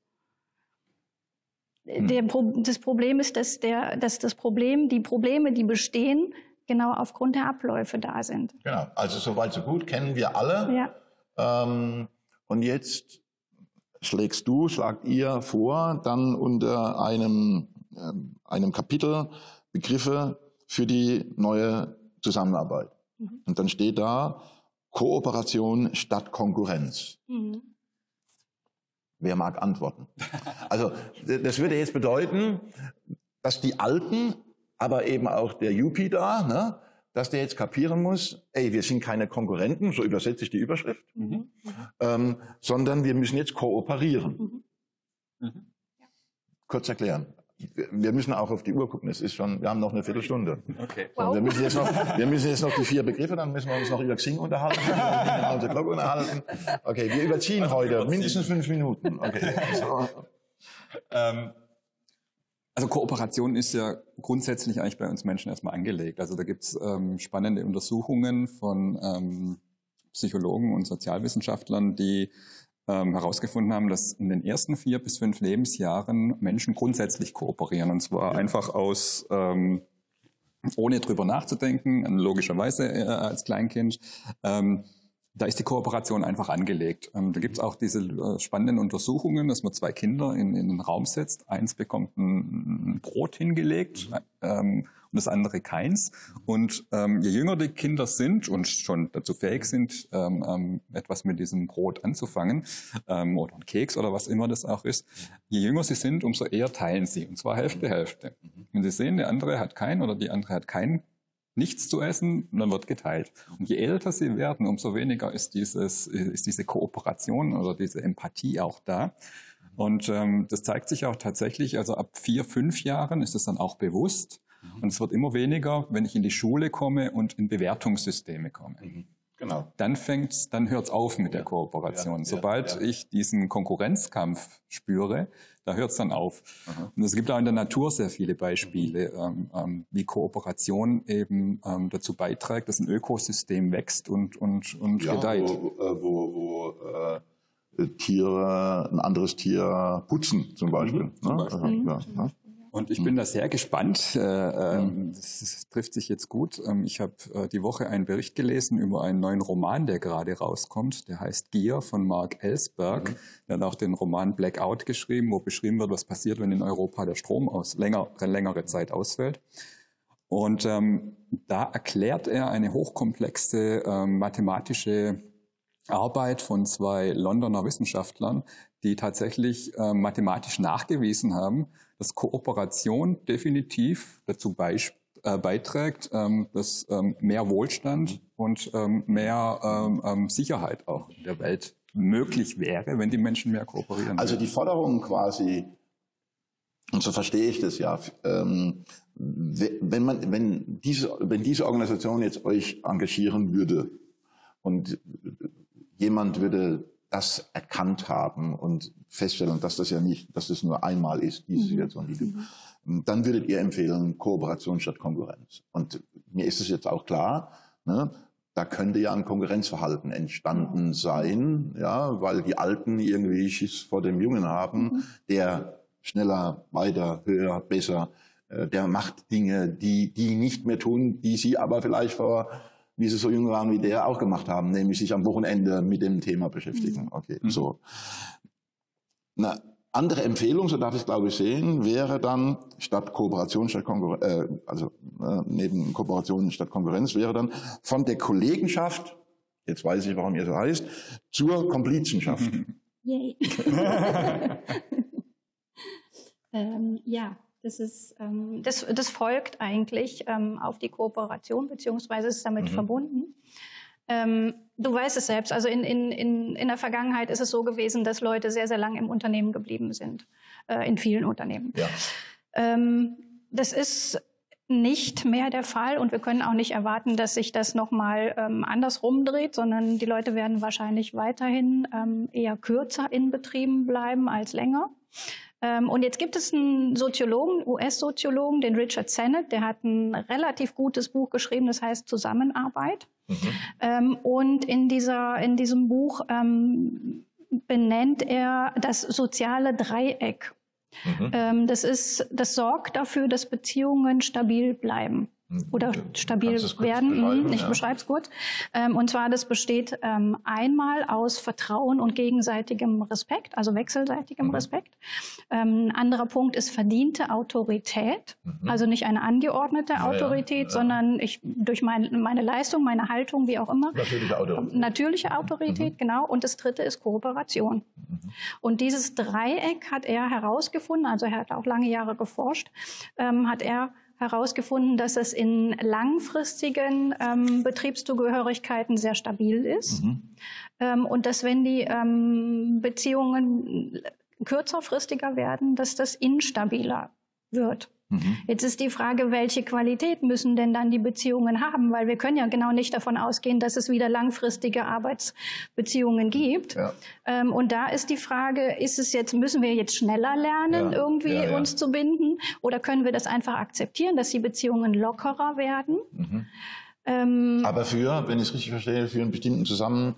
Das Problem ist, dass die Probleme, die bestehen, genau aufgrund der Abläufe da sind. Genau, also soweit so gut, kennen wir alle. Ja. Und jetzt schlagt ihr vor, dann unter einem Kapitel Begriffe für die neue Zusammenarbeit. Und dann steht da Kooperation statt Konkurrenz. Wer mag antworten? Also das würde jetzt bedeuten, dass die Alten, aber eben auch der Yuppie da, ne, dass der jetzt kapieren muss, ey, wir sind keine Konkurrenten, so übersetze ich die Überschrift, sondern wir müssen jetzt kooperieren. Kurz erklären. Wir müssen auch auf die Uhr gucken. Wir haben noch eine Viertelstunde. Okay. So, wow. wir müssen jetzt noch die 4 Begriffe, dann müssen wir uns noch über Xing unterhalten, über die Glocke unterhalten. Okay, wir überziehen heute mindestens 5 Minuten. Okay. So. Also Kooperation ist ja grundsätzlich eigentlich bei uns Menschen erstmal angelegt. Also da gibt's spannende Untersuchungen von Psychologen und Sozialwissenschaftlern, die herausgefunden haben, dass in den ersten 4 bis 5 Lebensjahren Menschen grundsätzlich kooperieren. Und zwar einfach aus ohne drüber nachzudenken, logischerweise als Kleinkind. Da ist die Kooperation einfach angelegt. Da gibt es auch diese spannenden Untersuchungen, dass man 2 Kinder in den Raum setzt. Eins bekommt ein Brot hingelegt und das andere keins. Und je jünger die Kinder sind und schon dazu fähig sind, etwas mit diesem Brot anzufangen, oder ein Keks oder was immer das auch ist, je jünger sie sind, umso eher teilen sie. Und zwar Hälfte, Hälfte. Wenn sie sehen, der andere hat keinen oder die andere hat keinen, nichts zu essen, und dann wird geteilt. Und je älter sie werden, umso weniger ist diese Kooperation oder diese Empathie auch da. Und das zeigt sich auch tatsächlich, also ab 4, 5 Jahren ist es dann auch bewusst. Und es wird immer weniger, wenn ich in die Schule komme und in Bewertungssysteme komme. Genau. Dann hört es auf mit der Kooperation. Sobald ich diesen Konkurrenzkampf spüre, da hört es dann auf. Und es gibt auch in der Natur sehr viele Beispiele, wie Kooperation eben dazu beiträgt, dass ein Ökosystem wächst und gedeiht. Wo Tiere ein anderes Tier putzen zum Beispiel. Zum Beispiel. Und ich bin da sehr gespannt. Das trifft sich jetzt gut. Ich habe die Woche einen Bericht gelesen über einen neuen Roman, der gerade rauskommt. Der heißt Gier von Mark Ellsberg. Der hat auch den Roman Blackout geschrieben, wo beschrieben wird, was passiert, wenn in Europa der Strom längere Zeit ausfällt. Und da erklärt er eine hochkomplexe mathematische Arbeit von 2 Londoner Wissenschaftlern, die tatsächlich mathematisch nachgewiesen haben, dass Kooperation definitiv dazu beiträgt, dass mehr Wohlstand und mehr Sicherheit auch in der Welt möglich wäre, wenn die Menschen mehr kooperieren. Also die Forderung quasi, und so verstehe ich das ja, wenn diese Organisation jetzt euch engagieren würde und jemand würde das erkannt haben und feststellen, dass das ja nicht, dass das nur einmal ist, diese Situation, dann würdet ihr empfehlen, Kooperation statt Konkurrenz. Und mir ist es jetzt auch klar, ne, da könnte ja ein Konkurrenzverhalten entstanden sein, ja, weil die Alten irgendwie Schiss vor dem Jungen haben, der schneller, weiter, höher, besser, der macht Dinge, die nicht mehr tun, die sie aber vielleicht wie sie so jung waren wie der, auch gemacht haben, nämlich sich am Wochenende mit dem Thema beschäftigen. Okay, so. Eine andere Empfehlung, so darf ich es glaube ich sehen, wäre dann statt Kooperation statt Konkurrenz, neben Kooperation statt Konkurrenz, wäre dann von der Kollegenschaft, jetzt weiß ich, warum ihr so heißt, zur Komplizenschaft. Yay. Ja. Das ist, das folgt eigentlich auf die Kooperation, beziehungsweise ist damit verbunden. Du weißt es selbst, also in der Vergangenheit ist es so gewesen, dass Leute sehr, sehr lang im Unternehmen geblieben sind, in vielen Unternehmen. Ja. Das ist nicht mehr der Fall und wir können auch nicht erwarten, dass sich das nochmal andersrum dreht, sondern die Leute werden wahrscheinlich weiterhin eher kürzer in Betrieben bleiben als länger. Und jetzt gibt es einen Soziologen, US-Soziologen, den Richard Sennett, der hat ein relativ gutes Buch geschrieben, das heißt Zusammenarbeit. Und in diesem Buch benennt er das soziale Dreieck. Das sorgt dafür, dass Beziehungen stabil bleiben. Oder stabil werden. Ich beschreibe es kurz. Und zwar, das besteht einmal aus Vertrauen und gegenseitigem Respekt, also wechselseitigem Respekt. Ein anderer Punkt ist verdiente Autorität, also nicht eine angeordnete Autorität, sondern durch meine Leistung, meine Haltung, wie auch immer. Natürliche Autorität, genau. Und das dritte ist Kooperation. Und dieses Dreieck hat er herausgefunden, also er hat auch lange Jahre geforscht, hat er herausgefunden, dass es in langfristigen Betriebszugehörigkeiten sehr stabil ist und dass wenn die Beziehungen kürzerfristiger werden, dass das instabiler wird. Jetzt ist die Frage, welche Qualität müssen denn dann die Beziehungen haben? Weil wir können ja genau nicht davon ausgehen, dass es wieder langfristige Arbeitsbeziehungen gibt. Ja. Und da ist die Frage, müssen wir jetzt schneller lernen, uns zu binden? Oder können wir das einfach akzeptieren, dass die Beziehungen lockerer werden? Aber wenn ich es richtig verstehe, für einen bestimmten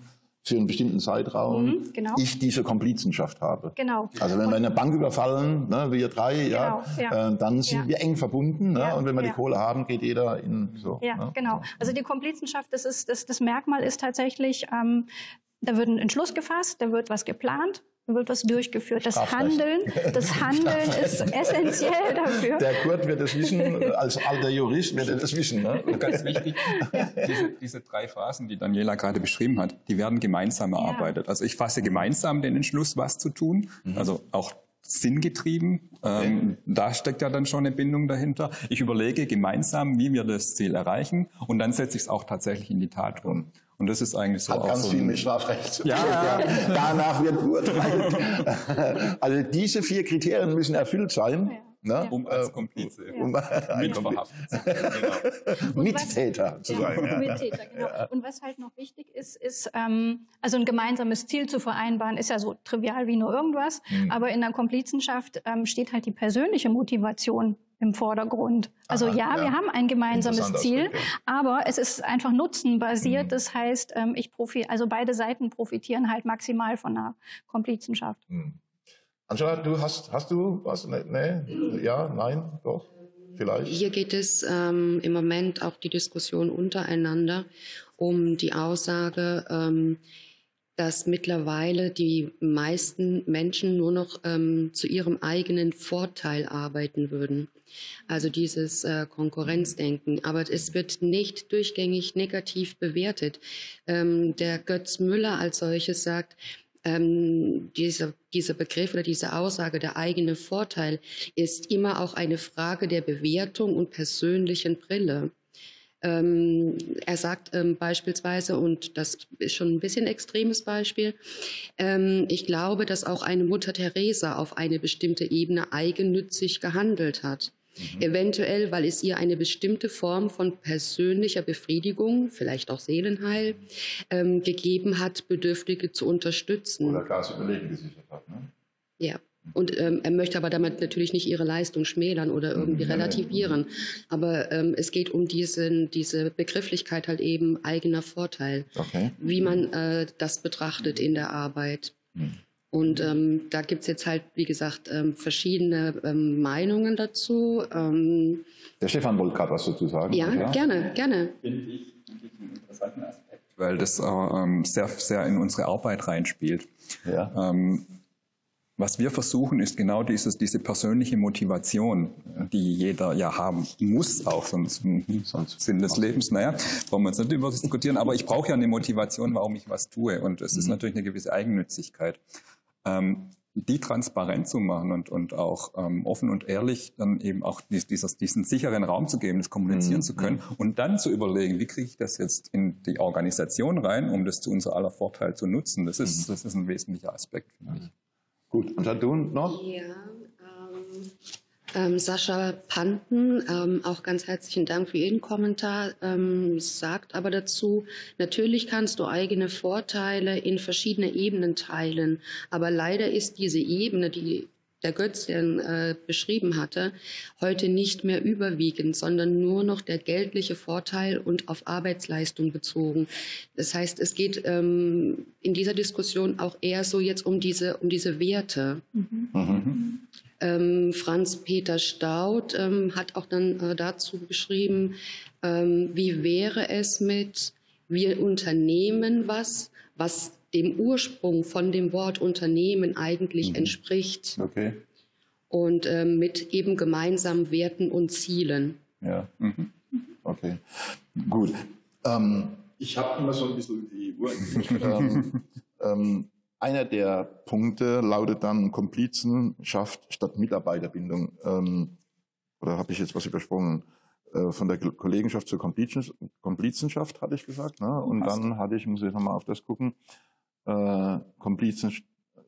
für einen bestimmten Zeitraum genau. ich diese Komplizenschaft habe. Genau. Also wenn wir eine Bank überfallen, ne, wir drei, dann sind wir eng verbunden. Ne, und wenn wir die Kohle haben, geht jeder in so. Ja, ne? genau. Also die Komplizenschaft, das Merkmal ist tatsächlich, da wird ein Entschluss gefasst, da wird was geplant, da wird was durchgeführt. Das Handeln ist essentiell dafür. Der Kurt wird es wissen, als alter Jurist wird er das wissen. Ne? Ganz wichtig, diese 3 Phasen, die Daniela gerade beschrieben hat, die werden gemeinsam erarbeitet. Also ich fasse gemeinsam den Entschluss, was zu tun, also auch sinngetrieben. Da steckt ja dann schon eine Bindung dahinter. Ich überlege gemeinsam, wie wir das Ziel erreichen und dann setze ich es auch tatsächlich in die Tat um. Und das ist eigentlich so hat auch ganz so viel mit Strafrecht zu tun. Ja. Danach wird beurteilt. Also diese 4 Kriterien müssen erfüllt sein. Ne? Um als Komplize mitverhaftet zu sein. Genau. Mittäter zu sein. Mittäter, genau. Und was halt noch wichtig ist, also ein gemeinsames Ziel zu vereinbaren, ist ja so trivial wie nur irgendwas. Aber in der Komplizenschaft steht halt die persönliche Motivation im Vordergrund. Also wir haben ein gemeinsames Ziel, aber es ist einfach nutzenbasiert. Das heißt, also beide Seiten profitieren halt maximal von einer Komplizenschaft. Angela, hast du was? Nee? Ja, nein, doch, vielleicht? Hier geht es im Moment auch die Diskussion untereinander um die Aussage, dass mittlerweile die meisten Menschen nur noch zu ihrem eigenen Vorteil arbeiten würden. Also dieses Konkurrenzdenken. Aber es wird nicht durchgängig negativ bewertet. Der Götz Müller als solches sagt, dieser Begriff oder diese Aussage, der eigene Vorteil, ist immer auch eine Frage der Bewertung und persönlichen Brille. Er sagt beispielsweise, und das ist schon ein bisschen ein extremes Beispiel, ich glaube, dass auch eine Mutter Teresa auf eine bestimmte Ebene eigennützig gehandelt hat. Eventuell, weil es ihr eine bestimmte Form von persönlicher Befriedigung, vielleicht auch Seelenheil, gegeben hat, Bedürftige zu unterstützen. Oder gar das Überleben gesichert hat. Ne? Ja. Und er möchte aber damit natürlich nicht ihre Leistung schmälern oder irgendwie relativieren. Aber es geht um diese Begrifflichkeit halt eben eigener Vorteil, wie man das betrachtet in der Arbeit. Und da gibt es jetzt halt, wie gesagt, verschiedene Meinungen dazu. Der Stefan wollte gerade was dazu sagen. Ja, gerne. Finde ich einen interessanten Aspekt, weil das sehr, sehr in unsere Arbeit reinspielt. Ja. Was wir versuchen, ist genau diese persönliche Motivation, die jeder ja haben muss, auch sonst Sinn des Lebens. Naja, brauchen wir uns nicht über diskutieren, aber ich brauche ja eine Motivation, warum ich was tue. Und es ist natürlich eine gewisse Eigennützigkeit. Die transparent zu machen und auch offen und ehrlich dann eben auch diesen sicheren Raum zu geben, das kommunizieren zu können und dann zu überlegen, wie kriege ich das jetzt in die Organisation rein, um das zu unser aller Vorteil zu nutzen. Das ist ein wesentlicher Aspekt, finde ich. Gut, und dann du noch? Ja, Sascha Panten, auch ganz herzlichen Dank für Ihren Kommentar, sagt aber dazu, natürlich kannst du eigene Vorteile in verschiedene Ebenen teilen, aber leider ist diese Ebene, die der Götz beschrieben hatte, heute nicht mehr überwiegend, sondern nur noch der geldliche Vorteil und auf Arbeitsleistung bezogen. Das heißt, es geht in dieser Diskussion auch eher so jetzt um diese Werte. Franz Peter Staudt hat auch dann dazu geschrieben, wie wäre es mit, wir unternehmen was dem Ursprung von dem Wort Unternehmen eigentlich entspricht. Okay. Und mit eben gemeinsamen Werten und Zielen. Ja. Okay. Gut. Ich habe immer so ein bisschen die Uhr. Einer der Punkte lautet dann Komplizenschaft statt Mitarbeiterbindung. Oder habe ich jetzt was übersprungen? Von der Kollegenschaft zur Komplizenschaft, hatte ich gesagt. Ne? Und dann muss ich nochmal auf das gucken, Komplizenschaft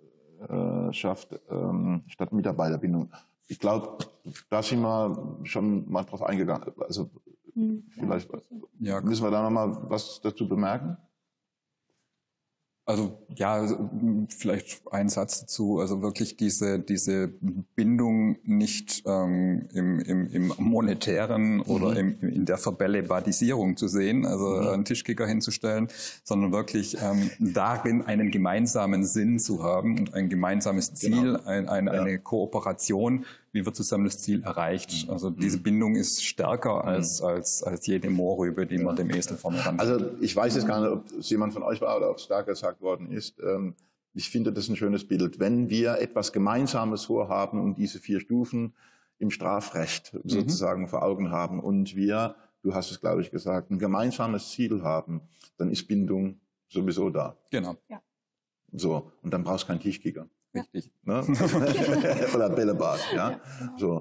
statt Mitarbeiterbindung. Ich glaube, da sind wir schon mal drauf eingegangen. Also vielleicht müssen wir da nochmal was dazu bemerken. Also ja, vielleicht ein Satz dazu. Also wirklich diese Bindung nicht im Monetären oder in der Verbellebadisierung zu sehen, also einen Tischkicker hinzustellen, sondern wirklich darin einen gemeinsamen Sinn zu haben und ein gemeinsames Ziel, eine Kooperation, wie wird zusammen das Ziel erreicht. Also diese Bindung ist stärker als jede Mohrrübe, die man dem Esel vorne ran. Also ich weiß jetzt gar nicht, ob es jemand von euch war oder ob es da gesagt worden ist. Ich finde das ein schönes Bild. Wenn wir etwas Gemeinsames vorhaben und diese 4 Stufen im Strafrecht sozusagen vor Augen haben und wir, du hast es glaube ich gesagt, ein gemeinsames Ziel haben, dann ist Bindung sowieso da. Genau. Ja. So, und dann brauchst du keinen Tischkicker. Richtig. Ne? Oder Bällebad. Ja? So,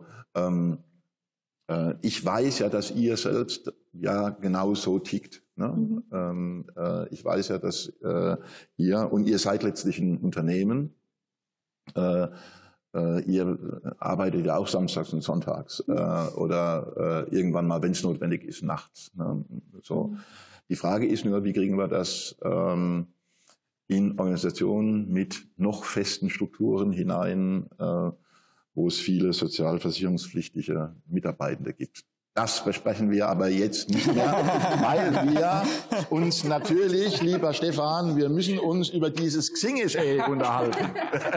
ich weiß ja, dass ihr selbst ja genau so tickt. Ne? Ich weiß ja, dass ihr seid letztlich ein Unternehmen. Ihr arbeitet ja auch samstags und sonntags oder irgendwann mal, wenn es notwendig ist, nachts. Ne? So. Die Frage ist nur, wie kriegen wir das in Organisationen mit noch festen Strukturen hinein, wo es viele sozialversicherungspflichtige Mitarbeitende gibt. Das besprechen wir aber jetzt nicht mehr, weil wir uns natürlich, lieber Stefan, wir müssen uns über dieses Xing-SA unterhalten.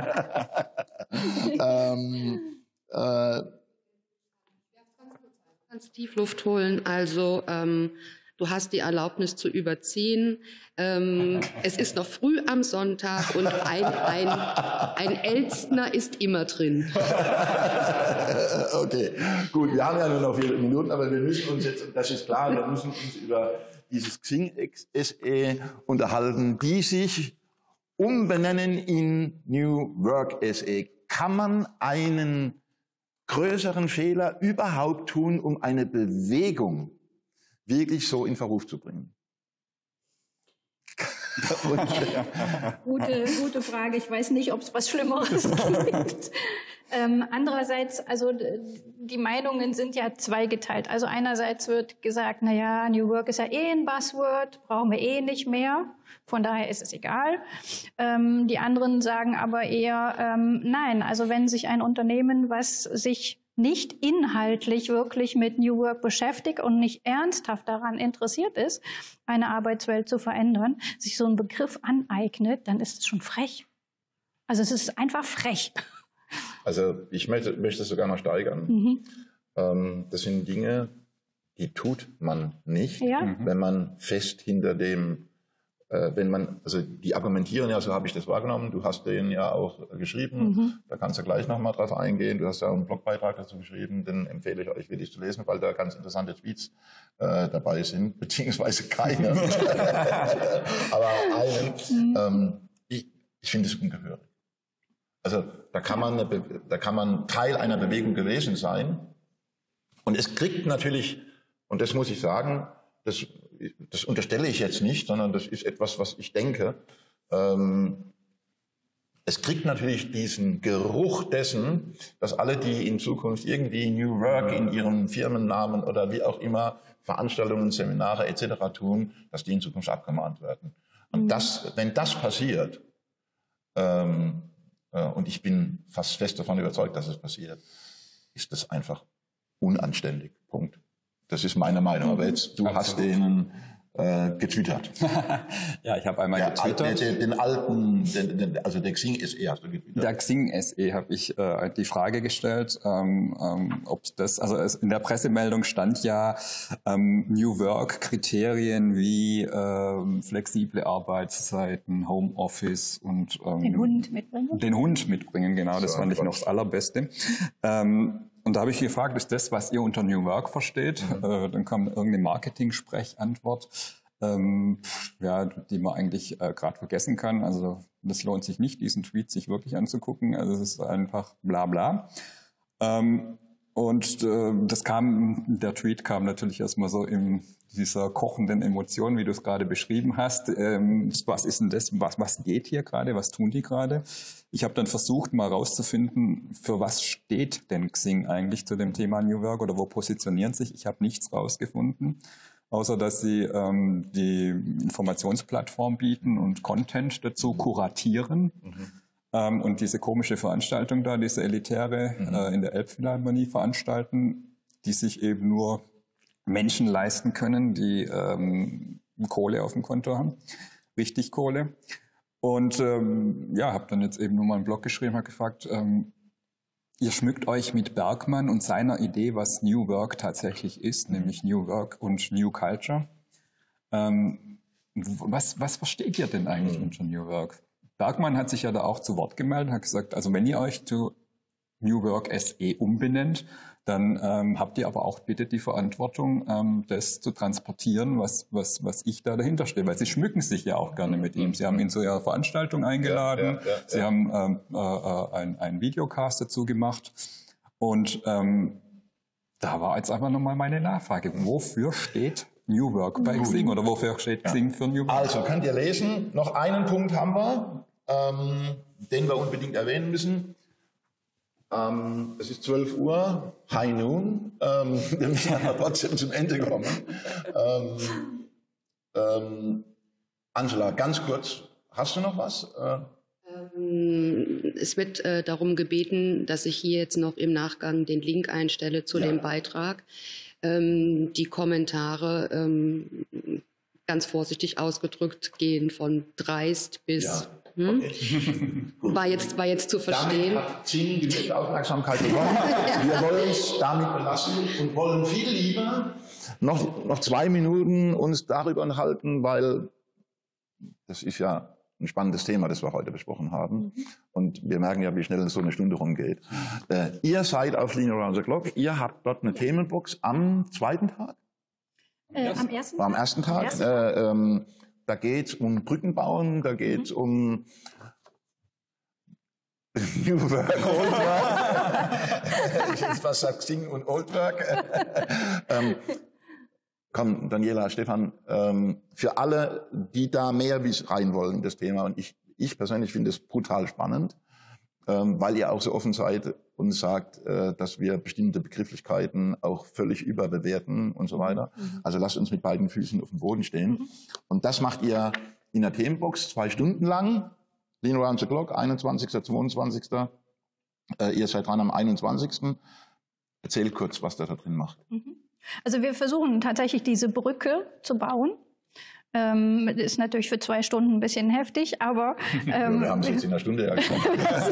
Kannst Tiefluft holen, also du hast die Erlaubnis zu überziehen. Es ist noch früh am Sonntag und ein Elstner ist immer drin. Okay, gut, wir haben ja nur noch 4 Minuten, aber wir müssen uns jetzt, das ist klar, wir müssen uns über dieses Xing-SE unterhalten, die sich umbenennen in New Work SE. Kann man einen größeren Fehler überhaupt tun, um eine Bewegung wirklich so in Verruf zu bringen? Gute Frage. Ich weiß nicht, ob es was Schlimmeres gibt. Andererseits, also die Meinungen sind ja zweigeteilt. Also einerseits wird gesagt, naja, New Work ist ja eh ein Buzzword, brauchen wir eh nicht mehr. Von daher ist es egal. Die anderen sagen aber eher, nein, also wenn sich ein Unternehmen, was sich nicht inhaltlich wirklich mit New Work beschäftigt und nicht ernsthaft daran interessiert ist, eine Arbeitswelt zu verändern, sich so einen Begriff aneignet, dann ist es schon frech. Also es ist einfach frech. Also ich möchte es sogar noch steigern. Das sind Dinge, die tut man nicht, wenn man fest hinter dem, also die argumentieren ja, so habe ich das wahrgenommen, du hast denen ja auch geschrieben, da kannst du gleich nochmal drauf eingehen, du hast ja auch einen Blogbeitrag dazu geschrieben, den empfehle ich euch wirklich zu lesen, weil da ganz interessante Tweets dabei sind, beziehungsweise keine, aber einen, ich finde es ungehörig. Also da kann man Teil einer Bewegung gewesen sein und es kriegt natürlich, und das muss ich sagen, das unterstelle ich jetzt nicht, sondern das ist etwas, was ich denke. Es kriegt natürlich diesen Geruch dessen, dass alle, die in Zukunft irgendwie New Work in ihrem Firmennamen oder wie auch immer Veranstaltungen, Seminare etc. tun, dass die in Zukunft abgemahnt werden. Und wenn das passiert, und ich bin fast fest davon überzeugt, dass es passiert, ist das einfach unanständig. Punkt. Das ist meine Meinung. Aber jetzt, du hast denen getwittert. Ja, ich habe einmal getwittert. Den alten, also der Xing SE hast du getwittert. Der Xing SE habe ich die Frage gestellt, ob das, also in der Pressemeldung stand ja New Work Kriterien wie flexible Arbeitszeiten, Homeoffice und den Hund mitbringen. Den Hund mitbringen, genau, das fand ich noch das Allerbeste. Und da habe ich gefragt, ist das, was ihr unter New Work versteht? Dann kam irgendeine Marketing-Sprechantwort, die man eigentlich gerade vergessen kann. Also das lohnt sich nicht, diesen Tweet sich wirklich anzugucken. Also es ist einfach bla bla. Der Tweet kam natürlich erstmal so in dieser kochenden Emotion, wie du es gerade beschrieben hast. Was ist denn das? Was geht hier gerade? Was tun die gerade? Ich habe dann versucht, mal rauszufinden, für was steht denn Xing eigentlich zu dem Thema New Work oder wo positionieren sich? Ich habe nichts rausgefunden. außer dass sie die Informationsplattform bieten und Content dazu kuratieren. Und diese komische Veranstaltung da, diese elitäre in der Elbphilharmonie veranstalten, die sich eben nur Menschen leisten können, die Kohle auf dem Konto haben, richtig Kohle. Und habe dann jetzt eben nur mal einen Blog geschrieben, habe gefragt, ihr schmückt euch mit Bergmann und seiner Idee, was New Work tatsächlich ist, nämlich New Work und New Culture. Was versteht ihr denn eigentlich unter New Work? Bergmann hat sich ja da auch zu Wort gemeldet, hat gesagt, also wenn ihr euch zu New Work SE umbenennt, dann habt ihr aber auch bitte die Verantwortung, das zu transportieren, was ich da dahinter stehe. Weil sie schmücken sich ja auch gerne mit ihm. Sie haben ihn zu ihrer Veranstaltung eingeladen, sie haben einen Videocast dazu gemacht. Und da war jetzt einfach nochmal meine Nachfrage. Wofür steht New Work bei Xing oder wofür steht Xing für New Work? Also könnt ihr lesen, noch einen Punkt haben wir, den wir unbedingt erwähnen müssen. Es ist 12 Uhr, High Noon. Wir müssen aber trotzdem zum Ende kommen. Angela, ganz kurz, hast du noch was? Es wird darum gebeten, dass ich hier jetzt noch im Nachgang den Link einstelle zu dem Beitrag. Die Kommentare, ganz vorsichtig ausgedrückt, gehen von dreist bis... War jetzt zu verstehen. Damit hat Xing die Aufmerksamkeit bekommen. Wir wollen es damit belassen und wollen viel lieber noch 2 Minuten uns darüber unterhalten, weil das ist ja ein spannendes Thema, das wir heute besprochen haben. Und wir merken ja, wie schnell so eine Stunde rumgeht. Ihr seid auf Lean Around the Clock. Ihr habt dort eine Themenbox am zweiten Tag? Am ersten Tag. Da geht es um Brückenbauen, da geht es um New Work, Old Work. Ich jetzt was sagt Xing und Old Work. Komm, Daniela, Stefan, für alle, die da mehr rein wollen in das Thema, und ich persönlich finde es brutal spannend, weil ihr auch so offen seid und sagt, dass wir bestimmte Begrifflichkeiten auch völlig überbewerten und so weiter. Also lasst uns mit beiden Füßen auf dem Boden stehen. Und das macht ihr in der Themenbox 2 Stunden lang. Lean Around the Clock, 21., 22. Ihr seid dran am 21. Erzähl kurz, was der da drin macht. Also wir versuchen tatsächlich diese Brücke zu bauen. Ist natürlich für 2 Stunden ein bisschen heftig, aber... wir haben es jetzt in einer Stunde geschafft.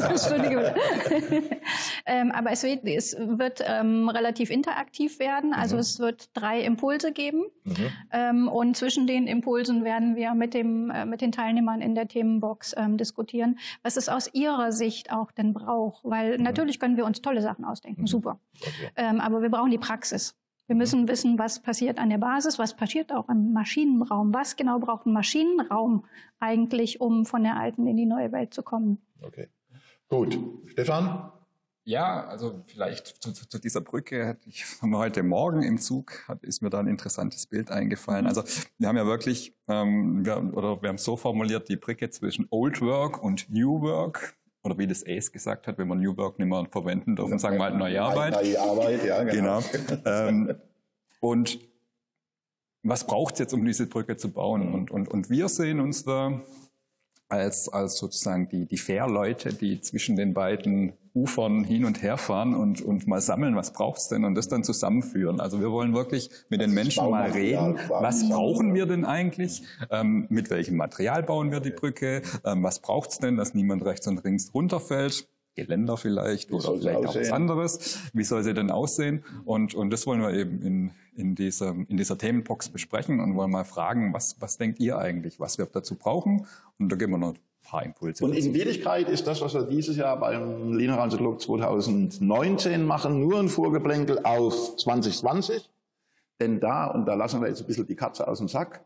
Aber es wird relativ interaktiv werden. Also es wird 3 Impulse geben. Und zwischen den Impulsen werden wir mit den Teilnehmern in der Themenbox diskutieren, was es aus ihrer Sicht auch denn braucht. Weil natürlich können wir uns tolle Sachen ausdenken, super. Aber wir brauchen die Praxis. Wir müssen wissen, was passiert an der Basis, was passiert auch im Maschinenraum. Was genau braucht ein Maschinenraum eigentlich, um von der alten in die neue Welt zu kommen? Okay, gut. Stefan? Ja, also vielleicht zu dieser Brücke, heute Morgen im Zug ist mir da ein interessantes Bild eingefallen. Also wir haben ja wirklich, wir haben es so formuliert, die Brücke zwischen Old Work und New Work. Oder wie das Ace gesagt hat, wenn wir New Work nicht mehr verwenden dürfen, sagen wir halt neue Arbeit. Neue Arbeit, ja, genau. Und was braucht es jetzt, um diese Brücke zu bauen? Und wir sehen uns da als sozusagen die Fährleute, die zwischen den beiden Ufern hin und her fahren und mal sammeln, was braucht's denn, und das dann zusammenführen. Also wir wollen wirklich mit den Menschen mal reden, was brauchen wir denn eigentlich, mit welchem Material bauen wir die Brücke, was braucht's denn, dass niemand rechts und links runterfällt, Geländer vielleicht oder vielleicht auch was anderes, wie soll sie denn aussehen, und das wollen wir eben in dieser Themenbox besprechen und wollen mal fragen, was denkt ihr eigentlich, was wir dazu brauchen, und da geben wir noch ein paar Impulse. Und in Wirklichkeit ist das, was wir dieses Jahr beim Lean Around the Clock 2019 machen, nur ein Vorgeplänkel auf 2020. Denn da lassen wir jetzt ein bisschen die Katze aus dem Sack,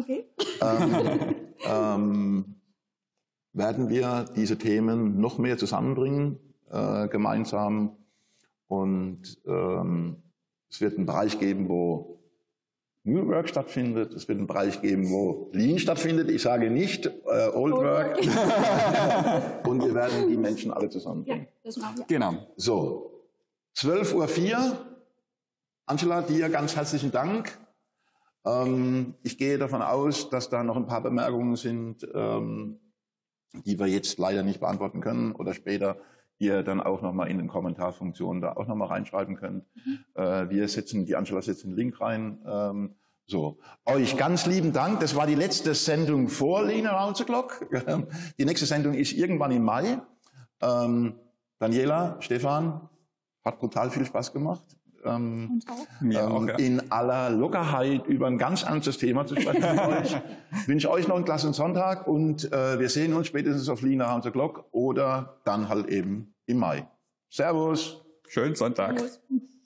werden wir diese Themen noch mehr zusammenbringen, gemeinsam. Und es wird einen Bereich geben, wo New Work stattfindet. Es wird einen Bereich geben, wo Lean stattfindet. Ich sage nicht Old Work. Und wir werden die Menschen alle zusammenbringen. Ja, das machen wir. Genau. So, 12:04 Uhr. Angela, dir ganz herzlichen Dank. Ich gehe davon aus, dass da noch ein paar Bemerkungen sind, die wir jetzt leider nicht beantworten können oder später ihr dann auch nochmal in den Kommentarfunktionen da auch nochmal reinschreiben könnt. Die Angela setzt einen Link rein. So, euch ganz lieben Dank. Das war die letzte Sendung vor Lean Around the Clock. Die nächste Sendung ist irgendwann im Mai. Daniela, Stefan, hat brutal viel Spaß gemacht. In aller Lockerheit über ein ganz anderes Thema zu sprechen mit euch. Ich wünsche euch noch einen klasse Sonntag und wir sehen uns spätestens auf Lean Around the Clock oder dann halt eben im Mai. Servus. Schönen Sonntag. Servus.